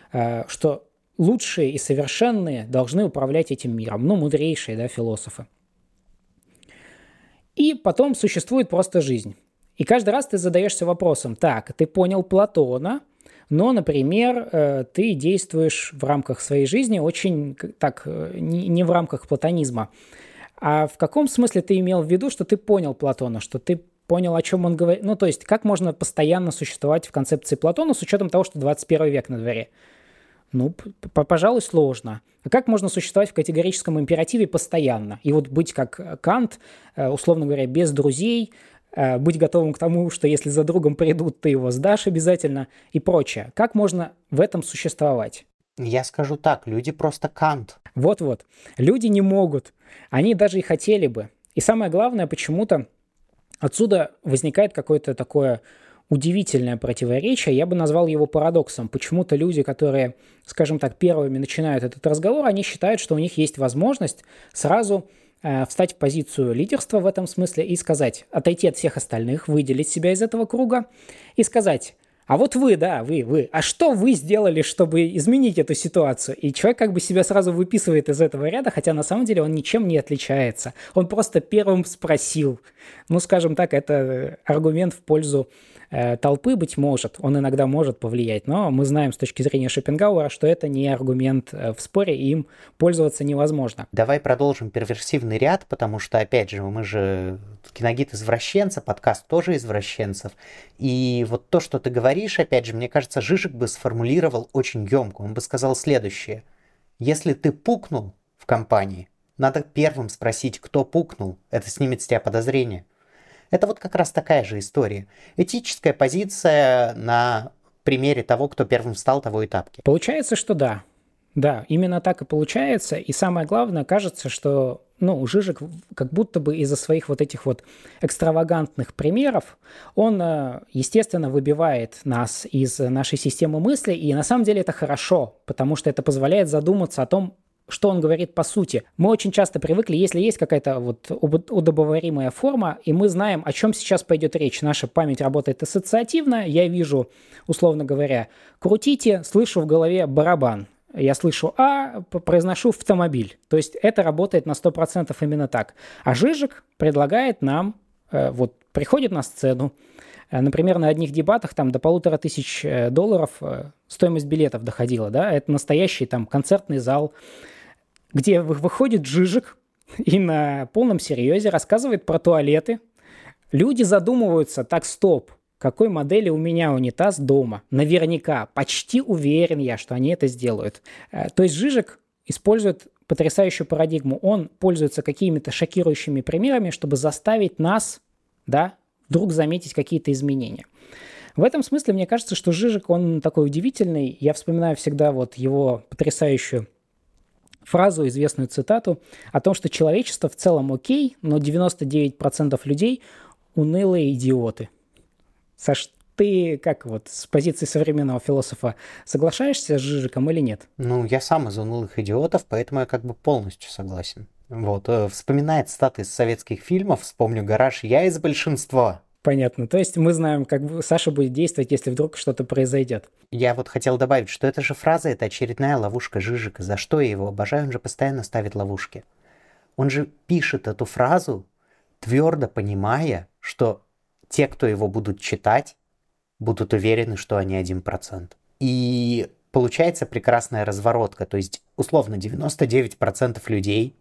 S1: Что лучшие и совершенные должны управлять этим миром. Ну, мудрейшие, да, философы. И потом существует просто жизнь. И каждый раз ты задаешься вопросом, так, ты понял Платона, но, например, ты действуешь в рамках своей жизни очень так, не в рамках платонизма. А в каком смысле ты имел в виду, что ты понял Платона, что ты понял, о чем он говорит? Ну, то есть, как можно постоянно существовать в концепции Платона с учетом того, что двадцать первый век на дворе? Ну, пожалуй, сложно. А как можно существовать в категорическом императиве постоянно? И вот быть как Кант, условно говоря, без друзей, быть готовым к тому, что если за другом придут, ты его сдашь обязательно и прочее. Как можно в этом существовать?
S2: Я скажу так, люди просто Кант.
S1: Вот-вот. Люди не могут. Они даже и хотели бы. И самое главное, почему-то отсюда возникает какое-то такое удивительное противоречие. Я бы назвал его парадоксом. Почему-то люди, которые, скажем так, первыми начинают этот разговор, они считают, что у них есть возможность сразу э, встать в позицию лидерства в этом смысле и сказать, отойти от всех остальных, выделить себя из этого круга и сказать, а вот вы, да, вы, вы, а что вы сделали, чтобы изменить эту ситуацию? И человек как бы себя сразу выписывает из этого ряда, хотя на самом деле он ничем не отличается. Он просто первым спросил. Ну, скажем так, это аргумент в пользу э, толпы, быть может. Он иногда может повлиять, но мы знаем с точки зрения Шопенгауэра, что это не аргумент э, в споре, и им пользоваться невозможно.
S2: Давай продолжим перверсивный ряд, потому что, опять же, мы же киногид извращенца, подкаст тоже извращенцев. И вот то, что ты говоришь, опять же, мне кажется, Жижик бы сформулировал очень емко. Он бы сказал следующее. Если ты пукнул в компании, надо первым спросить, кто пукнул. Это снимет с тебя подозрение. Это вот как раз такая же история. Этическая позиция на примере того, кто первым встал, того и тапки.
S1: Получается, что да. Да, именно так и получается. И самое главное, кажется, что ну, Жижик как будто бы из-за своих вот этих вот экстравагантных примеров, он, естественно, выбивает нас из нашей системы мысли. И на самом деле это хорошо, потому что это позволяет задуматься о том, что он говорит по сути. Мы очень часто привыкли, если есть какая-то вот удобоваримая форма, и мы знаем, о чем сейчас пойдет речь. Наша память работает ассоциативно. Я вижу, условно говоря, крутите, слышу в голове барабан. Я слышу «а», произношу «автомобиль». То есть это работает на сто процентов именно так. А Жижик предлагает нам, вот приходит на сцену, например, на одних дебатах там до полутора тысяч долларов стоимость билетов доходила, да, это настоящий там концертный зал, где выходит Жижик и на полном серьезе рассказывает про туалеты. Люди задумываются, так, стоп, какой модели у меня унитаз дома. Наверняка, почти уверен я, что они это сделают. То есть Жижик использует потрясающую парадигму. Он пользуется какими-то шокирующими примерами, чтобы заставить нас, да, вдруг заметить какие-то изменения. В этом смысле мне кажется, что Жижик, он такой удивительный. Я вспоминаю всегда вот его потрясающую фразу, известную цитату о том, что человечество в целом окей, но девяносто девять процентов людей унылые идиоты. Саш, ты как вот с позиции современного философа соглашаешься с Жижиком или нет?
S2: Ну, я сам из унылых идиотов, поэтому я как бы полностью согласен. Вот, вспоминая цитаты из советских фильмов, вспомню «Гараж», я из большинства.
S1: Понятно. То есть мы знаем, как Саша будет действовать, если вдруг что-то произойдет.
S2: Я вот хотел добавить, что эта же фраза — это очередная ловушка Жижика. За что я его обожаю? Он же постоянно ставит ловушки. Он же пишет эту фразу, твердо понимая, что те, кто его будут читать, будут уверены, что они один процент. И получается прекрасная разворотка. То есть, условно, девяносто девять процентов людей,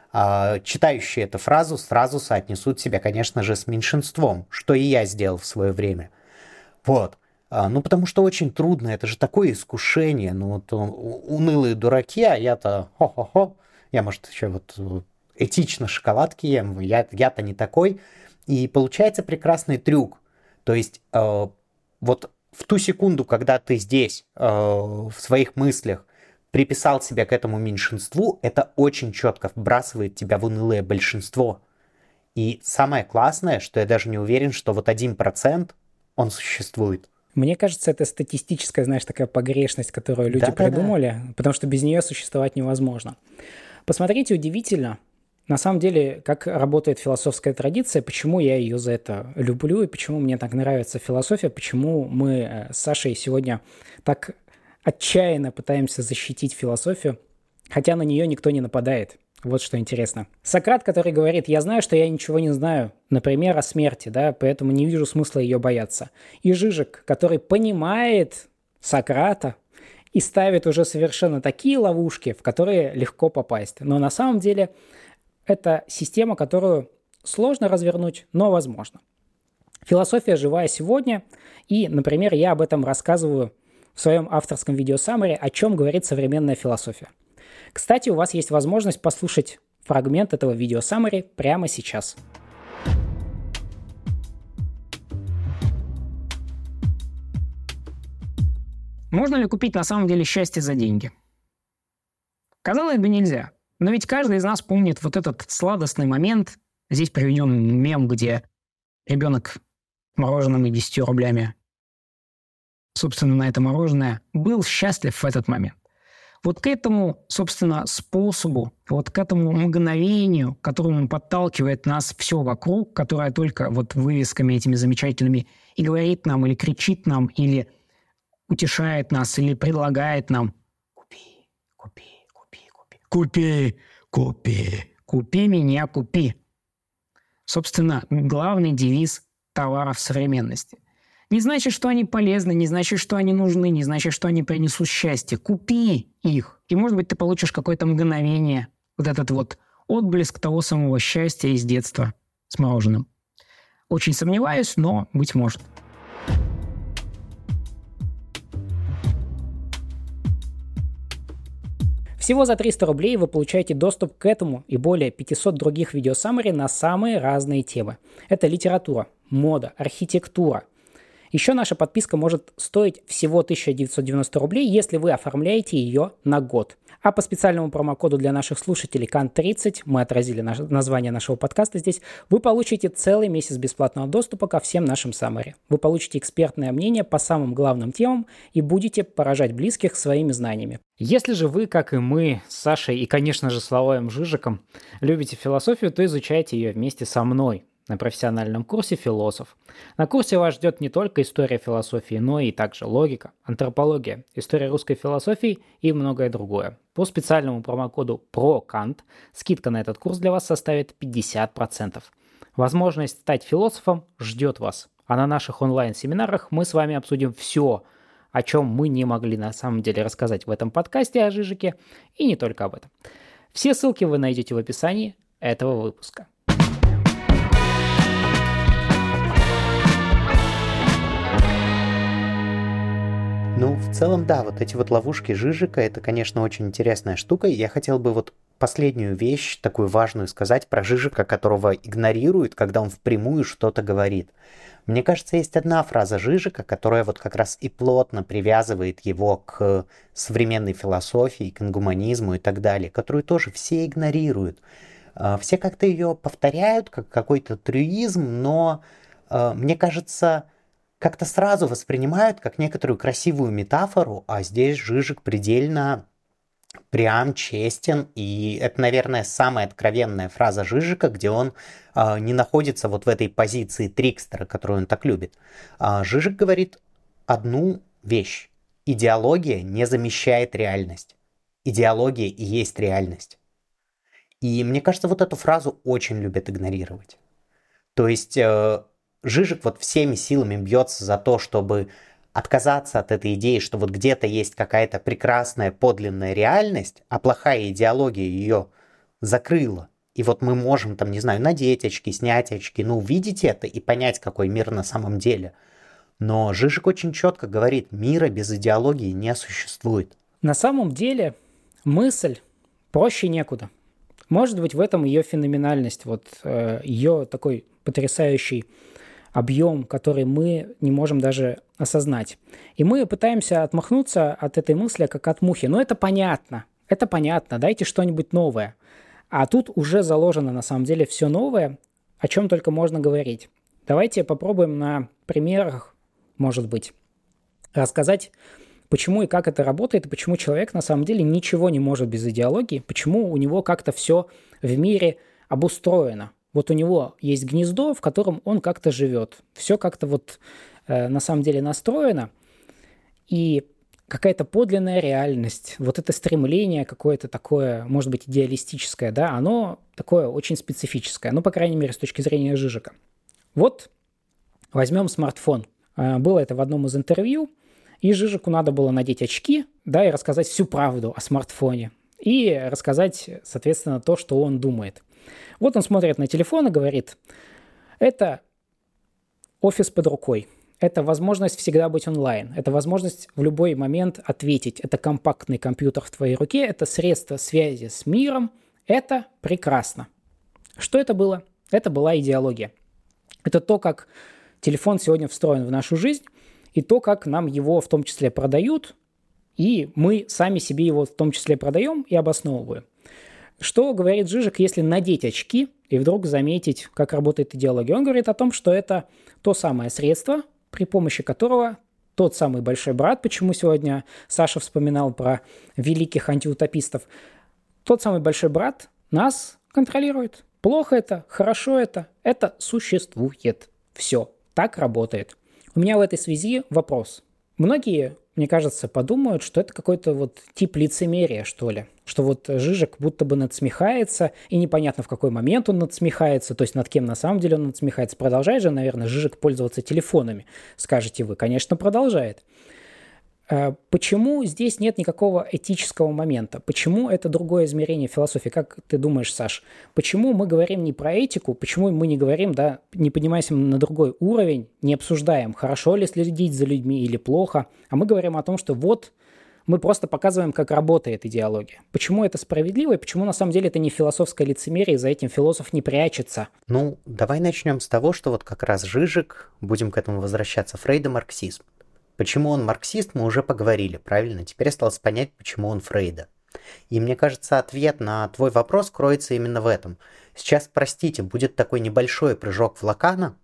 S2: читающие эту фразу, сразу соотнесут себя, конечно же, с меньшинством, что и я сделал в свое время. Вот. Ну, потому что очень трудно, это же такое искушение. Ну, вот унылые дураки, а я-то хо-хо-хо. Я, может, еще вот этично шоколадки ем, я, я-то не такой. И получается прекрасный трюк. То есть э, вот в ту секунду, когда ты здесь, э, в своих мыслях, приписал себя к этому меньшинству, это очень четко вбрасывает тебя в унылое большинство. И самое классное, что я даже не уверен, что вот один процент, он существует.
S1: Мне кажется, это статистическая, знаешь, такая погрешность, которую люди да, придумали, да, да. потому что без нее существовать невозможно. Посмотрите, удивительно, на самом деле, как работает философская традиция, почему я ее за это люблю и почему мне так нравится философия, почему мы с Сашей сегодня так отчаянно пытаемся защитить философию, хотя на нее никто не нападает. Вот что интересно. Сократ, который говорит, я знаю, что я ничего не знаю, например, о смерти, да, поэтому не вижу смысла ее бояться. И Жижик, который понимает Сократа и ставит уже совершенно такие ловушки, в которые легко попасть. Но на самом деле это система, которую сложно развернуть, но возможно. Философия живая сегодня, и, например, я об этом рассказываю в своем авторском видеосаммари, о чем говорит современная философия. Кстати, у вас есть возможность послушать фрагмент этого видеосаммари прямо сейчас. Можно ли купить на самом деле счастье за деньги? Казалось бы, нельзя. Но ведь каждый из нас помнит вот этот сладостный момент. Здесь приведен мем, где ребенок мороженым и десятью рублями, собственно, на это мороженое, был счастлив в этот момент. Вот к этому, собственно, способу, вот к этому мгновению, к которому подталкивает нас все вокруг, которое только вот вывесками этими замечательными и говорит нам, или кричит нам, или утешает нас, или предлагает нам «Купи, купи, купи, купи, купи, купи, купи меня, купи». Собственно, главный девиз товаров современности. Не значит, что они полезны, не значит, что они нужны, не значит, что они принесут счастье. Купи их, и, может быть, ты получишь какое-то мгновение, вот этот вот отблеск того самого счастья из детства с мороженым. Очень сомневаюсь, но быть может. Всего за триста рублей вы получаете доступ к этому и более пятисот других видеосаммари на самые разные темы. Это литература, мода, архитектура. Еще наша подписка может стоить всего тысяча девятьсот девяносто рублей, если вы оформляете ее на год. А по специальному промокоду для наших слушателей кан тридцать, мы отразили наш, название нашего подкаста здесь, вы получите целый месяц бесплатного доступа ко всем нашим саммари. Вы получите экспертное мнение по самым главным темам и будете поражать близких своими знаниями. Если же вы, как и мы, с Сашей и, конечно же, Славоем Жижиком, любите философию, то изучайте ее вместе со мной на профессиональном курсе «Философ». На курсе вас ждет не только история философии, но и также логика, антропология, история русской философии и многое другое. По специальному промокоду прокант скидка на этот курс для вас составит пятьдесят процентов. Возможность стать философом ждет вас. А на наших онлайн-семинарах мы с вами обсудим все, о чем мы не могли на самом деле рассказать в этом подкасте о Жижике, и не только об этом. Все ссылки вы найдете в описании этого выпуска.
S2: Ну, в целом, да, вот эти вот ловушки Жижика, это, конечно, очень интересная штука. Я хотел бы вот последнюю вещь, такую важную, сказать про Жижика, которого игнорируют, когда он впрямую что-то говорит. Мне кажется, есть одна фраза Жижика, которая вот как раз и плотно привязывает его к современной философии, к гуманизму и так далее, которую тоже все игнорируют. Все как-то ее повторяют, как какой-то трюизм, но, мне кажется, как-то сразу воспринимают как некоторую красивую метафору, а здесь Жижик предельно прям, честен, и это, наверное, самая откровенная фраза Жижика, где он э, не находится вот в этой позиции трикстера, которую он так любит. А Жижик говорит одну вещь. Идеология не замещает реальность. Идеология и есть реальность. И мне кажется, вот эту фразу очень любят игнорировать. То есть э, Жижик вот всеми силами бьется за то, чтобы отказаться от этой идеи, что вот где-то есть какая-то прекрасная подлинная реальность, а плохая идеология ее закрыла. И вот мы можем там, не знаю, надеть очки, снять очки, ну, увидеть это и понять, какой мир на самом деле. Но Жижик очень четко говорит, мира без идеологии не существует.
S1: На самом деле мысль проще некуда. Может быть, в этом ее феноменальность, вот э, ее такой потрясающий объем, который мы не можем даже осознать. И мы пытаемся отмахнуться от этой мысли, как от мухи. Но это понятно, это понятно, дайте что-нибудь новое. А тут уже заложено на самом деле все новое, о чем только можно говорить. Давайте попробуем на примерах, может быть, рассказать, почему и как это работает, и почему человек на самом деле ничего не может без идеологии, почему у него как-то все в мире обустроено. Вот у него есть гнездо, в котором он как-то живет. Все как-то вот э, на самом деле настроено. И какая-то подлинная реальность, вот это стремление какое-то такое, может быть, идеалистическое, да, оно такое очень специфическое. Ну, по крайней мере, с точки зрения Жижика. Вот возьмем смартфон. Э, было это в одном из интервью. И Жижику надо было надеть очки, да, и рассказать всю правду о смартфоне. И рассказать, соответственно, то, что он думает. Вот он смотрит на телефон и говорит, это офис под рукой, это возможность всегда быть онлайн, это возможность в любой момент ответить, это компактный компьютер в твоей руке, это средство связи с миром, это прекрасно. Что это было? Это была идеология. Это то, как телефон сегодня встроен в нашу жизнь, и то, как нам его в том числе продают, и мы сами себе его в том числе продаем и обосновываем. Что говорит Жижик, если надеть очки и вдруг заметить, как работает идеология? Он говорит о том, что это то самое средство, при помощи которого тот самый большой брат, почему сегодня Саша вспоминал про великих антиутопистов. Тот самый большой брат нас контролирует. Плохо это, хорошо это, это существует. Все, так работает. У меня в этой связи вопрос. Многие, мне кажется, подумают, что это какой-то вот тип лицемерия, что ли. Что вот Жижик будто бы надсмехается, и непонятно, в какой момент он надсмехается, то есть над кем на самом деле он надсмехается. Продолжает же, наверное, Жижик пользоваться телефонами, скажете вы. Конечно, продолжает. Почему здесь нет никакого этического момента? Почему это другое измерение философии? Как ты думаешь, Саш? Почему мы говорим не про этику? Почему мы не говорим, да, не поднимаемся на другой уровень, не обсуждаем, хорошо ли следить за людьми или плохо, а мы говорим о том, что вот мы просто показываем, как работает идеология. Почему это справедливо и почему на самом деле это не философское лицемерие, и за этим философ не прячется?
S2: Ну, давай начнем с того, что вот как раз Жижик, будем к этому возвращаться, Фрейд и марксизм. Почему он марксист, мы уже поговорили, правильно? Теперь осталось понять, почему он Фрейда. И мне кажется, ответ на твой вопрос кроется именно в этом. Сейчас, простите, будет такой небольшой прыжок в Лакана,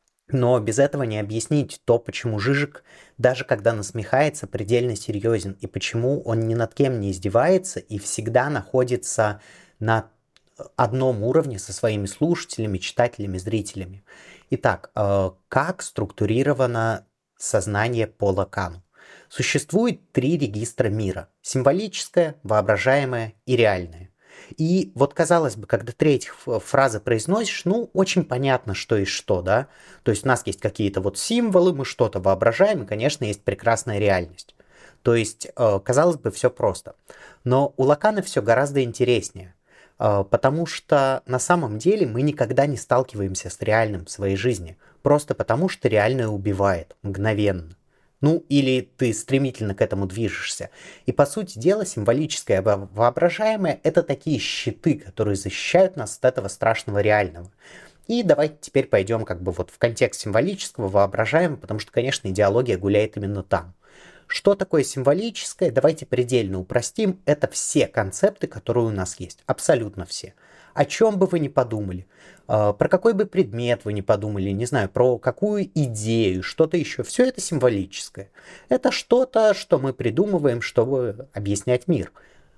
S2: но без этого не объяснить то, почему Жижик, даже когда насмехается, предельно серьезен, и почему он ни над кем не издевается и всегда находится на одном уровне со своими слушателями, читателями, зрителями. Итак, как структурировано сознание по Лакану? Существует три регистра мира: символическое, воображаемое и реальное. И вот, казалось бы, когда третья фраза произносишь, ну, очень понятно, что и что, да? То есть у нас есть какие-то вот символы, мы что-то воображаем, и, конечно, есть прекрасная реальность. То есть, казалось бы, все просто. Но у Лакана все гораздо интереснее, потому что на самом деле мы никогда не сталкиваемся с реальным в своей жизни, просто потому что реальное убивает мгновенно. Ну, или ты стремительно к этому движешься. И, по сути дела, символическое воображаемое — это такие щиты, которые защищают нас от этого страшного реального. И давайте теперь пойдем как бы вот в контекст символического, воображаемого, потому что, конечно, идеология гуляет именно там. Что такое символическое? Давайте предельно упростим. Это все концепты, которые у нас есть. Абсолютно все. О чем бы вы ни подумали, про какой бы предмет вы ни подумали, не знаю, про какую идею, что-то еще, все это символическое. Это что-то, что мы придумываем, чтобы объяснять мир.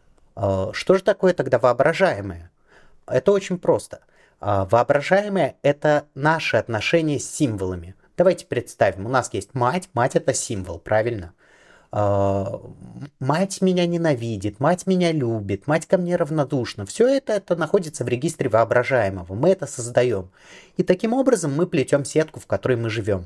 S2: Что же такое тогда воображаемое? Это очень просто. Воображаемое — это наши отношения с символами. Давайте представим, у нас есть мать, мать — это символ, правильно? Мать меня ненавидит, мать меня любит, мать ко мне равнодушна. Все это, это находится в регистре воображаемого. Мы это создаем. И таким образом мы плетем сетку, в которой мы живем.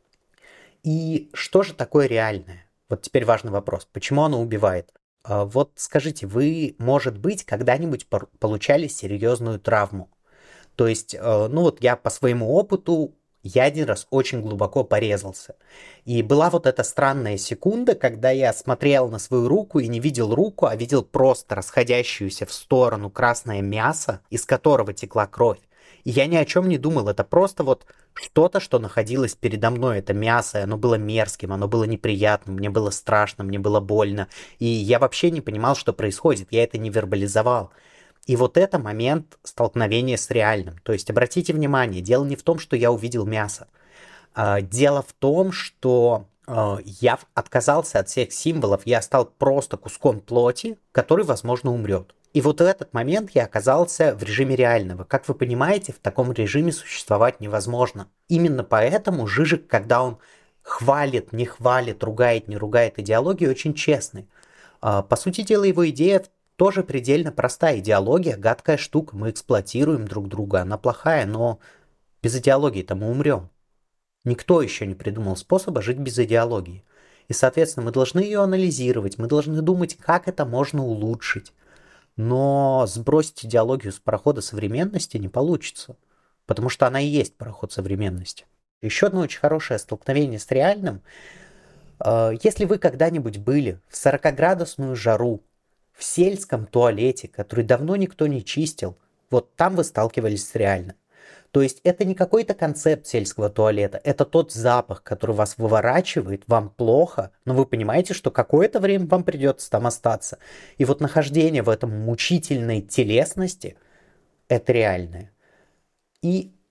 S2: И что же такое реальное? Вот теперь важный вопрос. Почему оно убивает? Вот скажите, вы, может быть, когда-нибудь получали серьезную травму? То есть, ну вот я по своему опыту, я один раз очень глубоко порезался. И была вот эта странная секунда, когда я смотрел на свою руку и не видел руку, а видел просто расходящуюся в сторону красное мясо, из которого текла кровь. И я ни о чем не думал, это просто вот что-то, что находилось передо мной, это мясо, и оно было мерзким, оно было неприятным, мне было страшно, мне было больно. И я вообще не понимал, что происходит, я это не вербализовал. И вот это момент столкновения с реальным. То есть, обратите внимание, дело не в том, что я увидел мясо. Дело в том, что я отказался от всех символов, я стал просто куском плоти, который, возможно, умрет. И вот в этот момент я оказался в режиме реального. Как вы понимаете, в таком режиме существовать невозможно. Именно поэтому Жижик, когда он хвалит, не хвалит, ругает, не ругает идеологию, очень честный. По сути дела, его идея тоже предельно простая. Идеология — гадкая штука, мы эксплуатируем друг друга, она плохая, но без идеологии-то мы умрем. Никто еще не придумал способа жить без идеологии. И, соответственно, мы должны ее анализировать, мы должны думать, как это можно улучшить. Но сбросить идеологию с парохода современности не получится, потому что она и есть пароход современности. Еще одно очень хорошее столкновение с реальным. Если вы когда-нибудь были в сорокаградусную жару, в сельском туалете, который давно никто не чистил, вот там вы сталкивались с реальным. То есть это не какой-то концепт сельского туалета, это тот запах, который вас выворачивает, вам плохо, но вы понимаете, что какое-то время вам придется там остаться. И вот нахождение в этом мучительной телесности — это реальное. И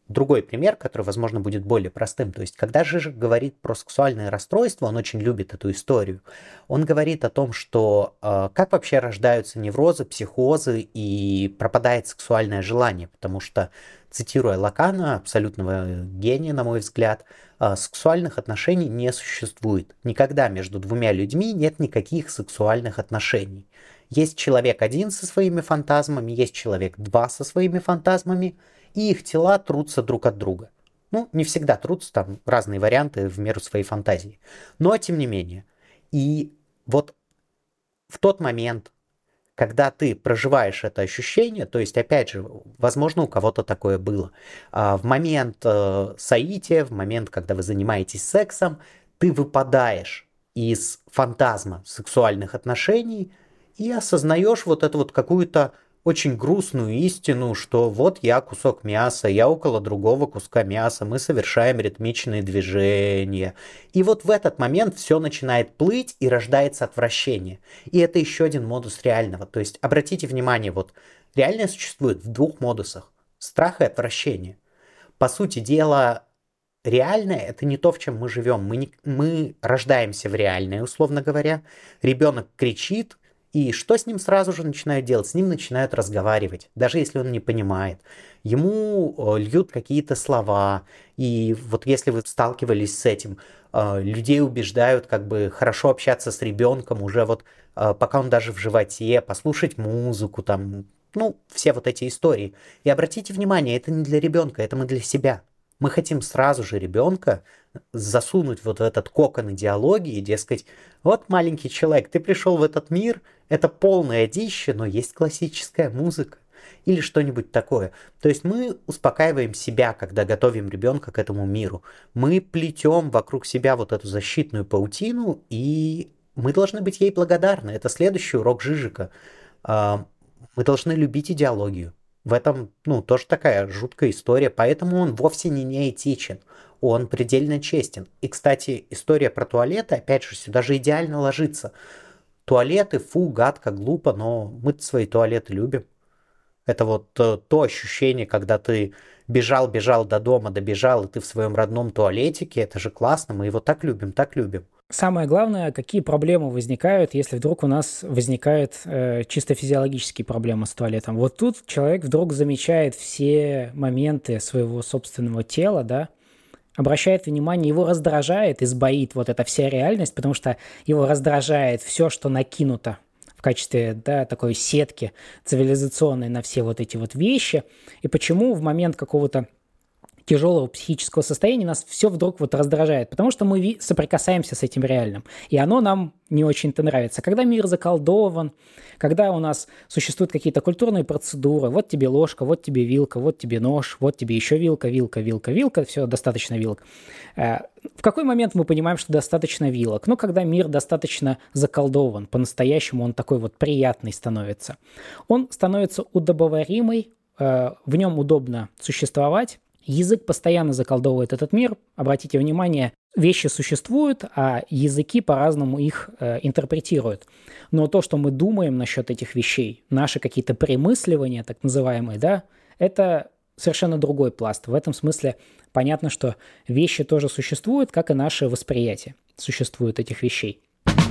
S2: другой пример, который, возможно, будет более простым. То есть, когда Жижик говорит про сексуальные расстройства, он очень любит эту историю. Он говорит о том, что э, как вообще рождаются неврозы, психозы и пропадает сексуальное желание. Потому что, цитируя Лакана, абсолютного гения, на мой взгляд, э, сексуальных отношений не существует. Никогда между двумя людьми нет никаких сексуальных отношений. Есть человек один со своими фантазмами, есть человек два со своими фантазмами, и их тела трутся друг от друга. Ну, не всегда трутся, там разные варианты в меру своей фантазии. Но, тем не менее. И вот в тот момент, когда ты проживаешь это ощущение, то есть, опять же, возможно, у кого-то такое было, в момент э, соития, в момент, когда вы занимаетесь сексом, ты выпадаешь из фантазма сексуальных отношений и осознаешь вот эту вот какую-то очень грустную истину, что вот я кусок мяса, я около другого куска мяса, мы совершаем ритмичные движения. И вот в этот момент все начинает плыть и рождается отвращение. И это еще один модус реального. То есть обратите внимание, вот реальность существует в двух модусах. Страх и отвращение. По сути дела, реальное — это не то, в чем мы живем. Мы, не, мы рождаемся в реальное, условно говоря. Ребенок кричит, и что с ним сразу же начинают делать? С ним начинают разговаривать, даже если он не понимает. Ему льют какие-то слова, и вот если вы сталкивались с этим, людей убеждают как бы хорошо общаться с ребенком уже вот пока он даже в животе, послушать музыку, там, ну, все вот эти истории. И обратите внимание, это не для ребенка, это мы для себя. Мы хотим сразу же ребенка засунуть вот в этот кокон идеологии, дескать, вот маленький человек, ты пришел в этот мир, это полная дичь, но есть классическая музыка или что-нибудь такое. То есть мы успокаиваем себя, когда готовим ребенка к этому миру. Мы плетем вокруг себя вот эту защитную паутину, и мы должны быть ей благодарны. Это следующий урок Жижика. Мы должны любить идеологию. В этом, ну, тоже такая жуткая история, поэтому он вовсе не неэтичен, он предельно честен. И, кстати, история про туалеты, опять же, сюда же идеально ложится. Туалеты, фу, гадко, глупо, но мы свои туалеты любим. Это вот то, то ощущение, когда ты бежал-бежал до дома, добежал, и ты в своем родном туалетике, это же классно, мы его так любим, так любим.
S1: Самое главное, какие проблемы возникают, если вдруг у нас возникают э, чисто физиологические проблемы с туалетом. Вот тут человек вдруг замечает все моменты своего собственного тела, да, обращает внимание, его раздражает и сбоит вот эта вся реальность, потому что его раздражает все, что накинуто в качестве, да, такой сетки цивилизационной на все вот эти вот вещи. И почему в момент какого-то тяжелого психического состояния нас все вдруг вот раздражает, потому что мы соприкасаемся с этим реальным, и оно нам не очень-то нравится. Когда мир заколдован, когда у нас существуют какие-то культурные процедуры, вот тебе ложка, вот тебе вилка, вот тебе нож, вот тебе еще вилка, вилка, вилка, вилка, все, достаточно вилок. В какой момент мы понимаем, что достаточно вилок? Ну, когда мир достаточно заколдован, по-настоящему он такой вот приятный становится. Он становится удобоваримый, в нем удобно существовать. Язык постоянно заколдовывает этот мир. Обратите внимание, вещи существуют, а языки по-разному их э, интерпретируют. Но то, что мы думаем насчет этих вещей, наши какие-то премысливания, так называемые, да, это совершенно другой пласт. В этом смысле понятно, что вещи тоже существуют, как и наше восприятие существует этих вещей.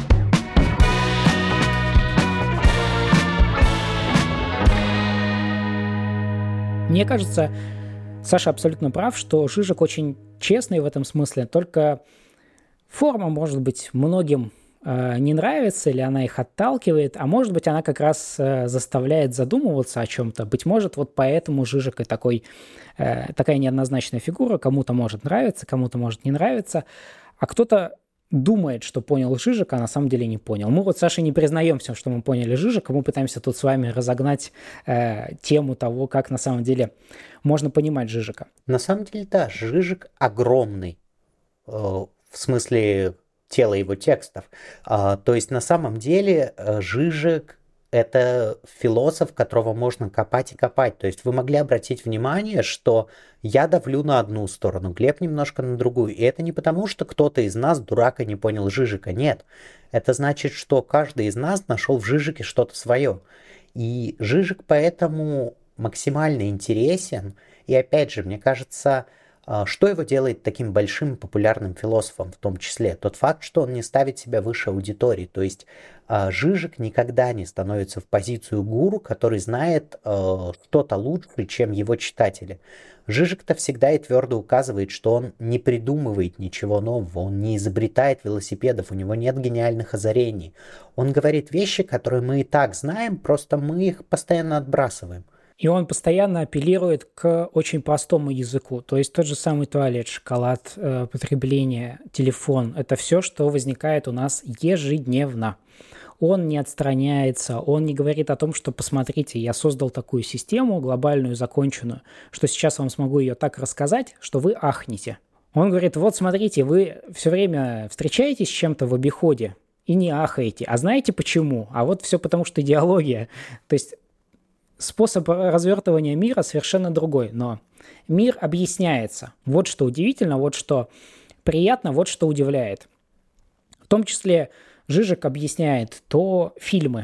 S1: Мне кажется, Саша абсолютно прав, что Жижик очень честный в этом смысле, только форма, может быть, многим э, не нравится, или она их отталкивает, а может быть, она как раз э, заставляет задумываться о чем-то. Быть может, вот поэтому Жижик и такой, э, такая неоднозначная фигура, кому-то может нравиться, кому-то может не нравиться, а кто-то думает, что понял Жижика, а на самом деле не понял. Мы вот с Сашей не признаемся, что мы поняли Жижика, мы пытаемся тут с вами разогнать э, тему того, как на самом деле можно понимать Жижика.
S2: На самом деле, да, Жижик огромный, э, в смысле тела его текстов. А, то есть на самом деле Жижик — это философ, которого можно копать и копать. То есть вы могли обратить внимание, что я давлю на одну сторону, Глеб немножко на другую. И это не потому, что кто-то из нас дурак и не понял Жижика. Нет. Это значит, что каждый из нас нашел в Жижике что-то свое. И Жижик поэтому максимально интересен. И опять же, мне кажется, что его делает таким большим популярным философом в том числе? Тот факт, что он не ставит себя выше аудитории. То есть Жижик никогда не становится в позицию гуру, который знает что-то лучше, чем его читатели. Жижик-то всегда и твердо указывает, что он не придумывает ничего нового, он не изобретает велосипедов, у него нет гениальных озарений. Он говорит вещи, которые мы и так знаем, просто мы их постоянно отбрасываем.
S1: И он постоянно апеллирует к очень простому языку. То есть тот же самый туалет, шоколад, э, потребление, телефон – это все, что возникает у нас ежедневно. Он не отстраняется, он не говорит о том, что посмотрите, я создал такую систему глобальную, законченную, что сейчас вам смогу ее так рассказать, что вы ахнете. Он говорит, вот смотрите, вы все время встречаетесь с чем-то в обиходе и не ахаете. А знаете почему? А вот все потому, что идеология. То есть способ развертывания мира совершенно другой, но мир объясняется. Вот что удивительно, вот что приятно, вот что удивляет. В том числе Жижик объясняет то фильмы,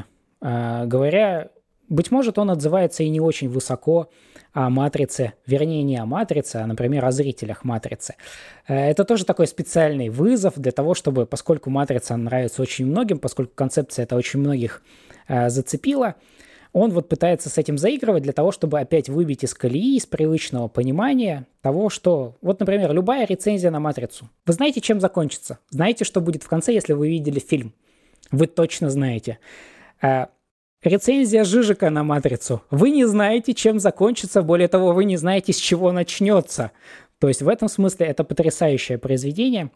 S1: говоря, быть может, он отзывается и не очень высоко о «Матрице», вернее, не о «Матрице», а, например, о зрителях «Матрицы». Это тоже такой специальный вызов для того, чтобы, поскольку «Матрица» нравится очень многим, поскольку концепция это очень многих зацепила, он вот пытается с этим заигрывать для того, чтобы опять выбить из колеи, из привычного понимания того, что... Вот, например, любая рецензия на «Матрицу». Вы знаете, чем закончится? Знаете, что будет в конце, если вы видели фильм? Вы точно знаете. А, рецензия Жижика на «Матрицу». Вы не знаете, чем закончится. Более того, вы не знаете, с чего начнется. То есть в этом смысле это потрясающее произведение.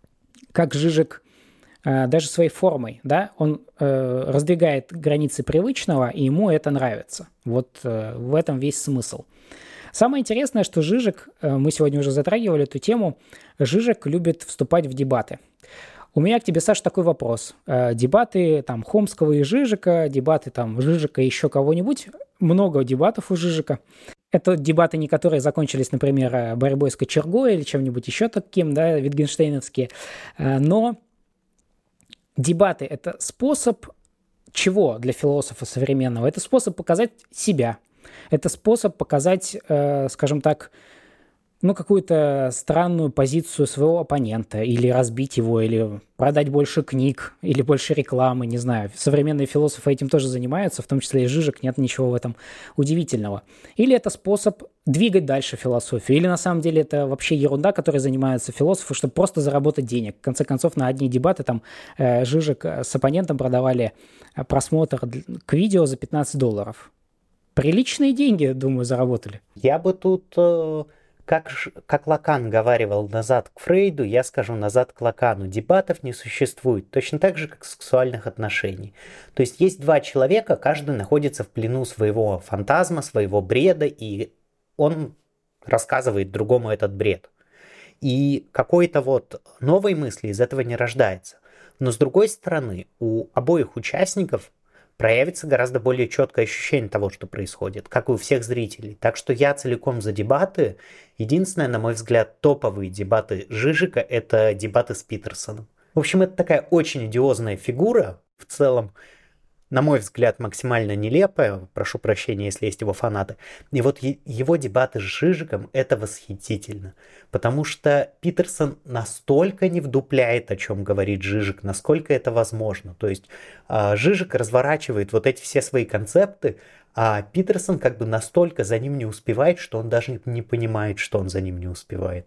S1: Как Жижик... даже своей формой, да, он э, раздвигает границы привычного, и ему это нравится. Вот э, в этом весь смысл. Самое интересное, что Жижик, э, мы сегодня уже затрагивали эту тему, Жижик любит вступать в дебаты. У меня к тебе, Саш, такой вопрос. Э, дебаты там Хомского и Жижика, дебаты там Жижика и еще кого-нибудь, много дебатов у Жижика. Это дебаты, не которые закончились, например, борьбой с кочергой или чем-нибудь еще таким, да, витгенштейновские, э, но дебаты – это способ чего для философа современного? Это способ показать себя. Это способ показать, э, скажем так, ну, какую-то странную позицию своего оппонента, или разбить его, или продать больше книг, или больше рекламы, не знаю. Современные философы этим тоже занимаются, в том числе и Жижик, нет ничего в этом удивительного. Или это способ двигать дальше философию, или на самом деле это вообще ерунда, которой занимаются философы, чтобы просто заработать денег. В конце концов, на одни дебаты там э, Жижик с оппонентом продавали просмотр к видео за пятнадцать долларов. Приличные деньги, думаю, заработали.
S2: Я бы тут... Э... Как, как Лакан говаривал назад к Фрейду, я скажу назад к Лакану. Дебатов не существует, точно так же, как сексуальных отношений. То есть есть два человека, каждый находится в плену своего фантазма, своего бреда, и он рассказывает другому этот бред. И какой-то вот новой мысли из этого не рождается. Но с другой стороны, у обоих участников проявится гораздо более четкое ощущение того, что происходит, как и у всех зрителей. Так что я целиком за дебаты. Единственное, на мой взгляд, топовые дебаты Жижика – это дебаты с Питерсоном. В общем, это такая очень одиозная фигура, в целом, на мой взгляд, максимально нелепая, прошу прощения, если есть его фанаты. И вот его дебаты с Жижиком – это восхитительно, потому что Питерсон настолько не вдупляет, о чем говорит Жижик, насколько это возможно. То есть Жижик разворачивает вот эти все свои концепты, а Питерсон как бы настолько за ним не успевает, что он даже не понимает, что он за ним не успевает.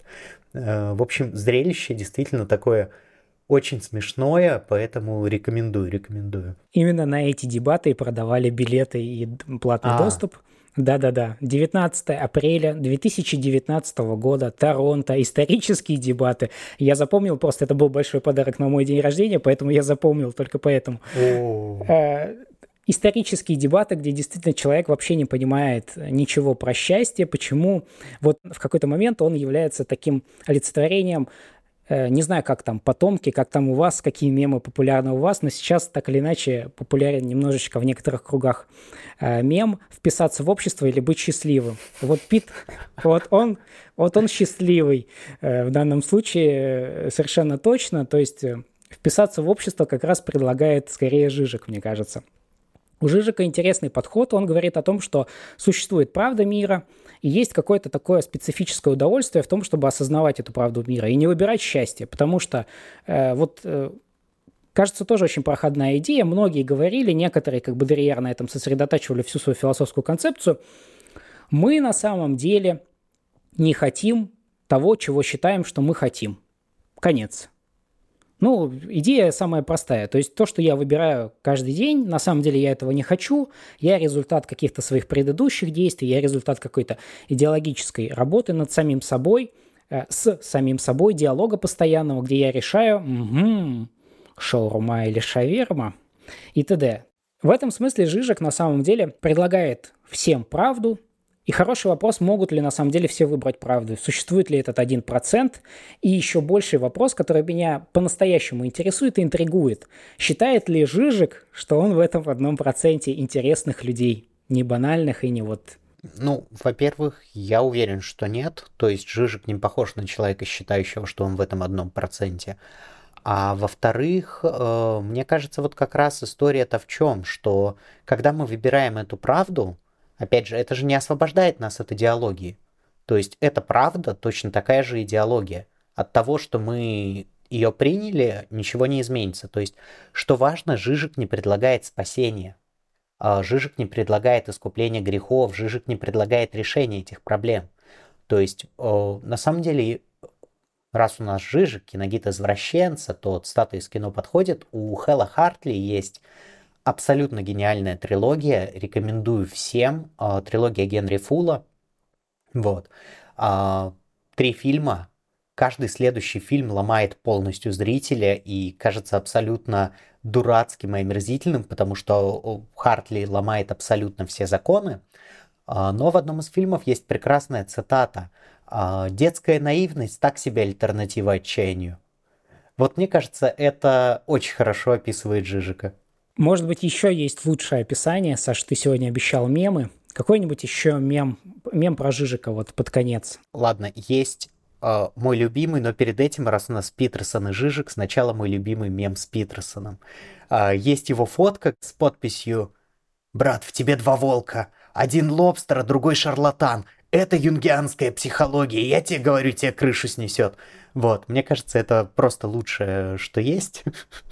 S2: В общем, зрелище действительно такое... очень смешное, поэтому рекомендую, рекомендую.
S1: Именно на эти дебаты и продавали билеты и платный
S2: А.
S1: доступ. Да-да-да. девятнадцатого апреля две тысячи девятнадцатого года, Торонто, исторические дебаты. Я запомнил, просто это был большой подарок на мой день рождения, поэтому я запомнил только поэтому. Э, исторические дебаты, где действительно человек вообще не понимает ничего про счастье, почему вот в какой-то момент он является таким олицетворением. Не знаю, как там потомки, как там у вас, какие мемы популярны у вас, но сейчас так или иначе популярен немножечко в некоторых кругах э, мем «вписаться в общество или быть счастливым». Вот Пит, вот он, вот он счастливый э, в данном случае совершенно точно. То есть э, вписаться в общество как раз предлагает скорее Жижик, мне кажется. У Жижика интересный подход. Он говорит о том, что существует правда мира, и есть какое-то такое специфическое удовольствие в том, чтобы осознавать эту правду мира и не выбирать счастье. Потому что э, вот... Э, кажется, тоже очень проходная идея. Многие говорили, некоторые, как Бодрияр, на этом сосредотачивали всю свою философскую концепцию. Мы на самом деле не хотим того, чего считаем, что мы хотим. Конец. Ну, идея самая простая. То есть то, что я выбираю каждый день, на самом деле я этого не хочу. Я результат каких-то своих предыдущих действий, я результат какой-то идеологической работы над самим собой, э, с самим собой, диалога постоянного, где я решаю... Угу, шаурма или шаверма и т.д. В этом смысле Жижик на самом деле предлагает всем правду. И хороший вопрос, могут ли на самом деле все выбрать правду. Существует ли этот один процент? И еще больший вопрос, который меня по-настоящему интересует и интригует. Считает ли Жижик, что он в этом одном проценте интересных людей? Не банальных и не вот...
S2: Ну, во-первых, я уверен, что нет. То есть Жижик не похож на человека, считающего, что он в этом одном проценте. А во-вторых, э, мне кажется, вот как раз история-то в чем, что когда мы выбираем эту правду, опять же, это же не освобождает нас от идеологии. То есть эта правда точно такая же идеология. От того, что мы ее приняли, ничего не изменится. То есть, что важно, Жижик не предлагает спасения. Жижик не предлагает искупления грехов, Жижик не предлагает решения этих проблем. То есть, э, на самом деле... Раз у нас Жижик, киногид извращенца, то статуя из кино подходит. У Хэлла Хартли есть абсолютно гениальная трилогия. Рекомендую всем. Трилогия Генри Фула. Вот. Три фильма. Каждый следующий фильм ломает полностью зрителя и кажется абсолютно дурацким и омерзительным, потому что Хартли ломает абсолютно все законы. Но в одном из фильмов есть прекрасная цитата. «Детская наивность – так себе альтернатива отчаянию». Вот мне кажется, это очень хорошо описывает Жижика.
S1: Может быть, еще есть лучшее описание. Саш, ты сегодня обещал мемы. Какой-нибудь еще мем, мем про Жижика вот под конец.
S2: Ладно, есть э, мой любимый, но перед этим, раз у нас Питерсон и Жижик, сначала мой любимый мем с Питерсоном. Э, есть его фотка с подписью «Брат, в тебе два волка. Один лобстер, а другой шарлатан. Это юнгианская психология, я тебе говорю, тебе крышу снесет». Вот, мне кажется, это просто лучшее, что есть.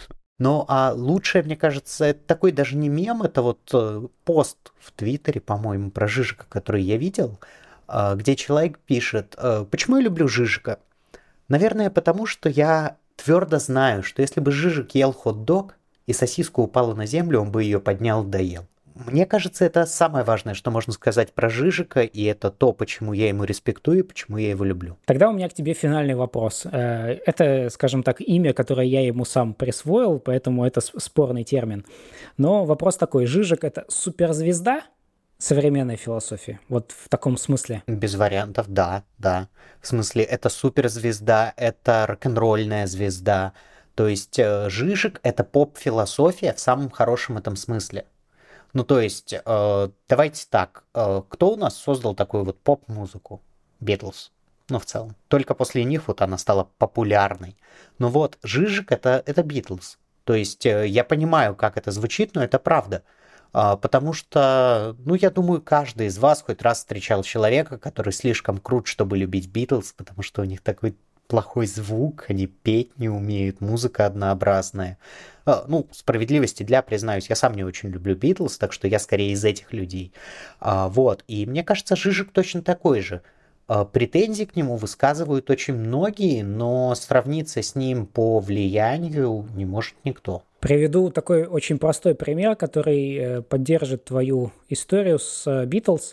S2: Ну, а лучшее, мне кажется, это такой даже не мем, это вот э, пост в Твиттере, по-моему, про Жижика, который я видел, э, где человек пишет: э, «Почему я люблю Жижика? Наверное, потому что я твердо знаю, что если бы Жижик ел хот-дог, и сосиска упала на землю, он бы ее поднял и доел». Мне кажется, это самое важное, что можно сказать про Жижика, и это то, почему я ему респектую и почему я его люблю.
S1: Тогда у меня к тебе финальный вопрос. Это, скажем так, имя, которое я ему сам присвоил, поэтому это спорный термин. Но вопрос такой: Жижик — это суперзвезда современной философии? Вот в таком смысле.
S2: Без вариантов, да, да. В смысле, это суперзвезда, это рок-н-ролльная звезда. То есть Жижик — это поп-философия в самом хорошем этом смысле. Ну, то есть, э, давайте так, э, кто у нас создал такую вот поп-музыку? Битлз. Ну, в целом. Только после них вот она стала популярной. Но вот Жижик это, это Битлз. То есть, э, я понимаю, как это звучит, но это правда. Э, потому что, ну, я думаю, каждый из вас хоть раз встречал человека, который слишком крут, чтобы любить Битлз, потому что у них такой плохой звук, они петь не умеют, музыка однообразная. Ну, справедливости для, признаюсь, я сам не очень люблю Битлз, так что я скорее из этих людей. Вот, и мне кажется, Жижик точно такой же. Претензии к нему высказывают очень многие, но сравниться с ним по влиянию не может никто.
S1: Приведу такой очень простой пример, который поддержит твою историю с Битлз.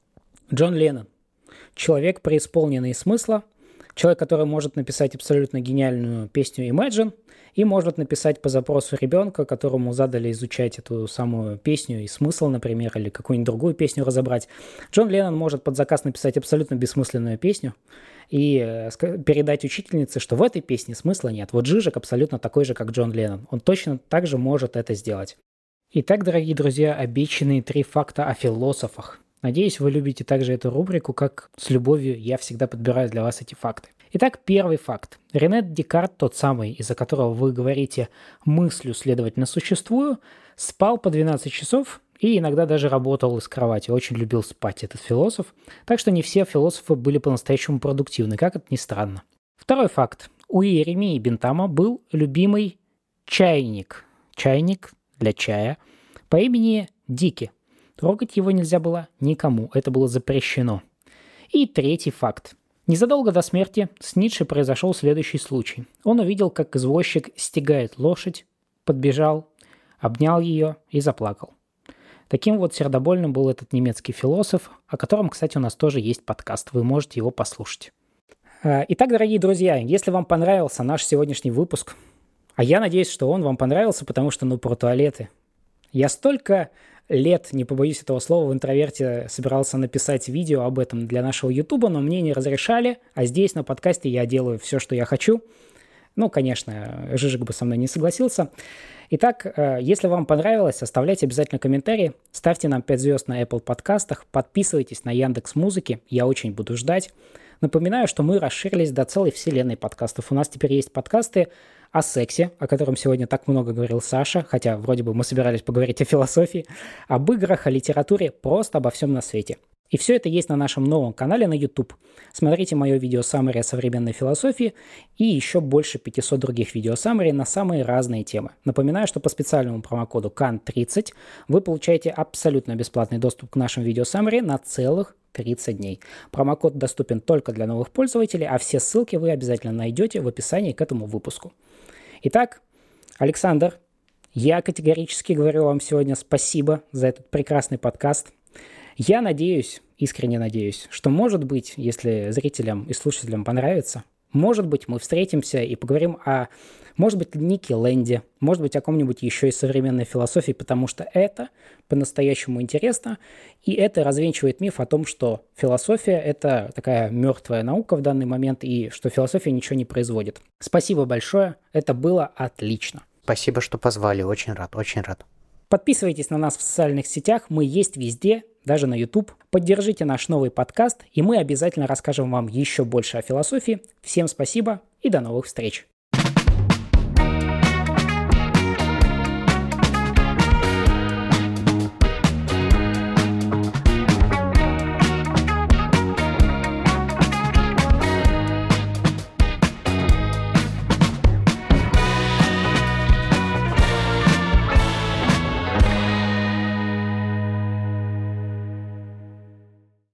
S1: Джон Леннон. Человек, преисполненный смысла. Человек, который может написать абсолютно гениальную песню Imagine и может написать по запросу ребенка, которому задали изучать эту самую песню и смысл, например, или какую-нибудь другую песню разобрать. Джон Леннон может под заказ написать абсолютно бессмысленную песню и передать учительнице, что в этой песне смысла нет. Вот Жижик абсолютно такой же, как Джон Леннон. Он точно так же может это сделать. Итак, дорогие друзья, обещанные три факта о философах. Надеюсь, вы любите также эту рубрику, как с любовью я всегда подбираю для вас эти факты. Итак, первый факт. Рене Декарт, тот самый, из-за которого вы говорите «мыслю, следовательно, существую», спал по двенадцать часов и иногда даже работал из кровати. Очень любил спать этот философ. Так что не все философы были по-настоящему продуктивны, как это ни странно. Второй факт. У Иеремии Бентама был любимый чайник. Чайник для чая по имени Дики. Трогать его нельзя было никому, это было запрещено. И третий факт. Незадолго до смерти с Ницше произошел следующий случай. Он увидел, как извозчик стегает лошадь, подбежал, обнял ее и заплакал. Таким вот сердобольным был этот немецкий философ, о котором, кстати, у нас тоже есть подкаст, вы можете его послушать. Итак, дорогие друзья, если вам понравился наш сегодняшний выпуск, а я надеюсь, что он вам понравился, потому что, ну, про туалеты. Я столько лет, не побоюсь этого слова, в интроверте собирался написать видео об этом для нашего ютуба, но мне не разрешали, а здесь на подкасте я делаю все, что я хочу. Ну, конечно, Жижик бы со мной не согласился. Итак, если вам понравилось, оставляйте обязательно комментарии, ставьте нам пять звезд на Apple подкастах, подписывайтесь на Яндекс.Музыки, я очень буду ждать. Напоминаю, что мы расширились до целой вселенной подкастов. У нас теперь есть подкасты о сексе, о котором сегодня так много говорил Саша, хотя вроде бы мы собирались поговорить о философии, об играх, о литературе, просто обо всем на свете. И все это есть на нашем новом канале на YouTube. Смотрите мое видео «Саммари о современной философии» и еще больше пятьсот других видео «Саммари» на самые разные темы. Напоминаю, что по специальному промокоду кан тридцать вы получаете абсолютно бесплатный доступ к нашим видео «Саммари» на целых тридцать дней. Промокод доступен только для новых пользователей, а все ссылки вы обязательно найдете в описании к этому выпуску. Итак, Александр, я категорически говорю вам сегодня спасибо за этот прекрасный подкаст. Я надеюсь, искренне надеюсь, что, может быть, если зрителям и слушателям понравится, может быть, мы встретимся и поговорим о, может быть, Нике Ленде, может быть, о ком-нибудь еще из современной философии, потому что это по-настоящему интересно, и это развенчивает миф о том, что философия – это такая мертвая наука в данный момент, и что философия ничего не производит. Спасибо большое, это было отлично.
S2: Спасибо, что позвали, очень рад, очень рад.
S1: Подписывайтесь на нас в социальных сетях, мы есть везде, даже на YouTube. Поддержите наш новый подкаст, и мы обязательно расскажем вам еще больше о философии. Всем спасибо и до новых встреч!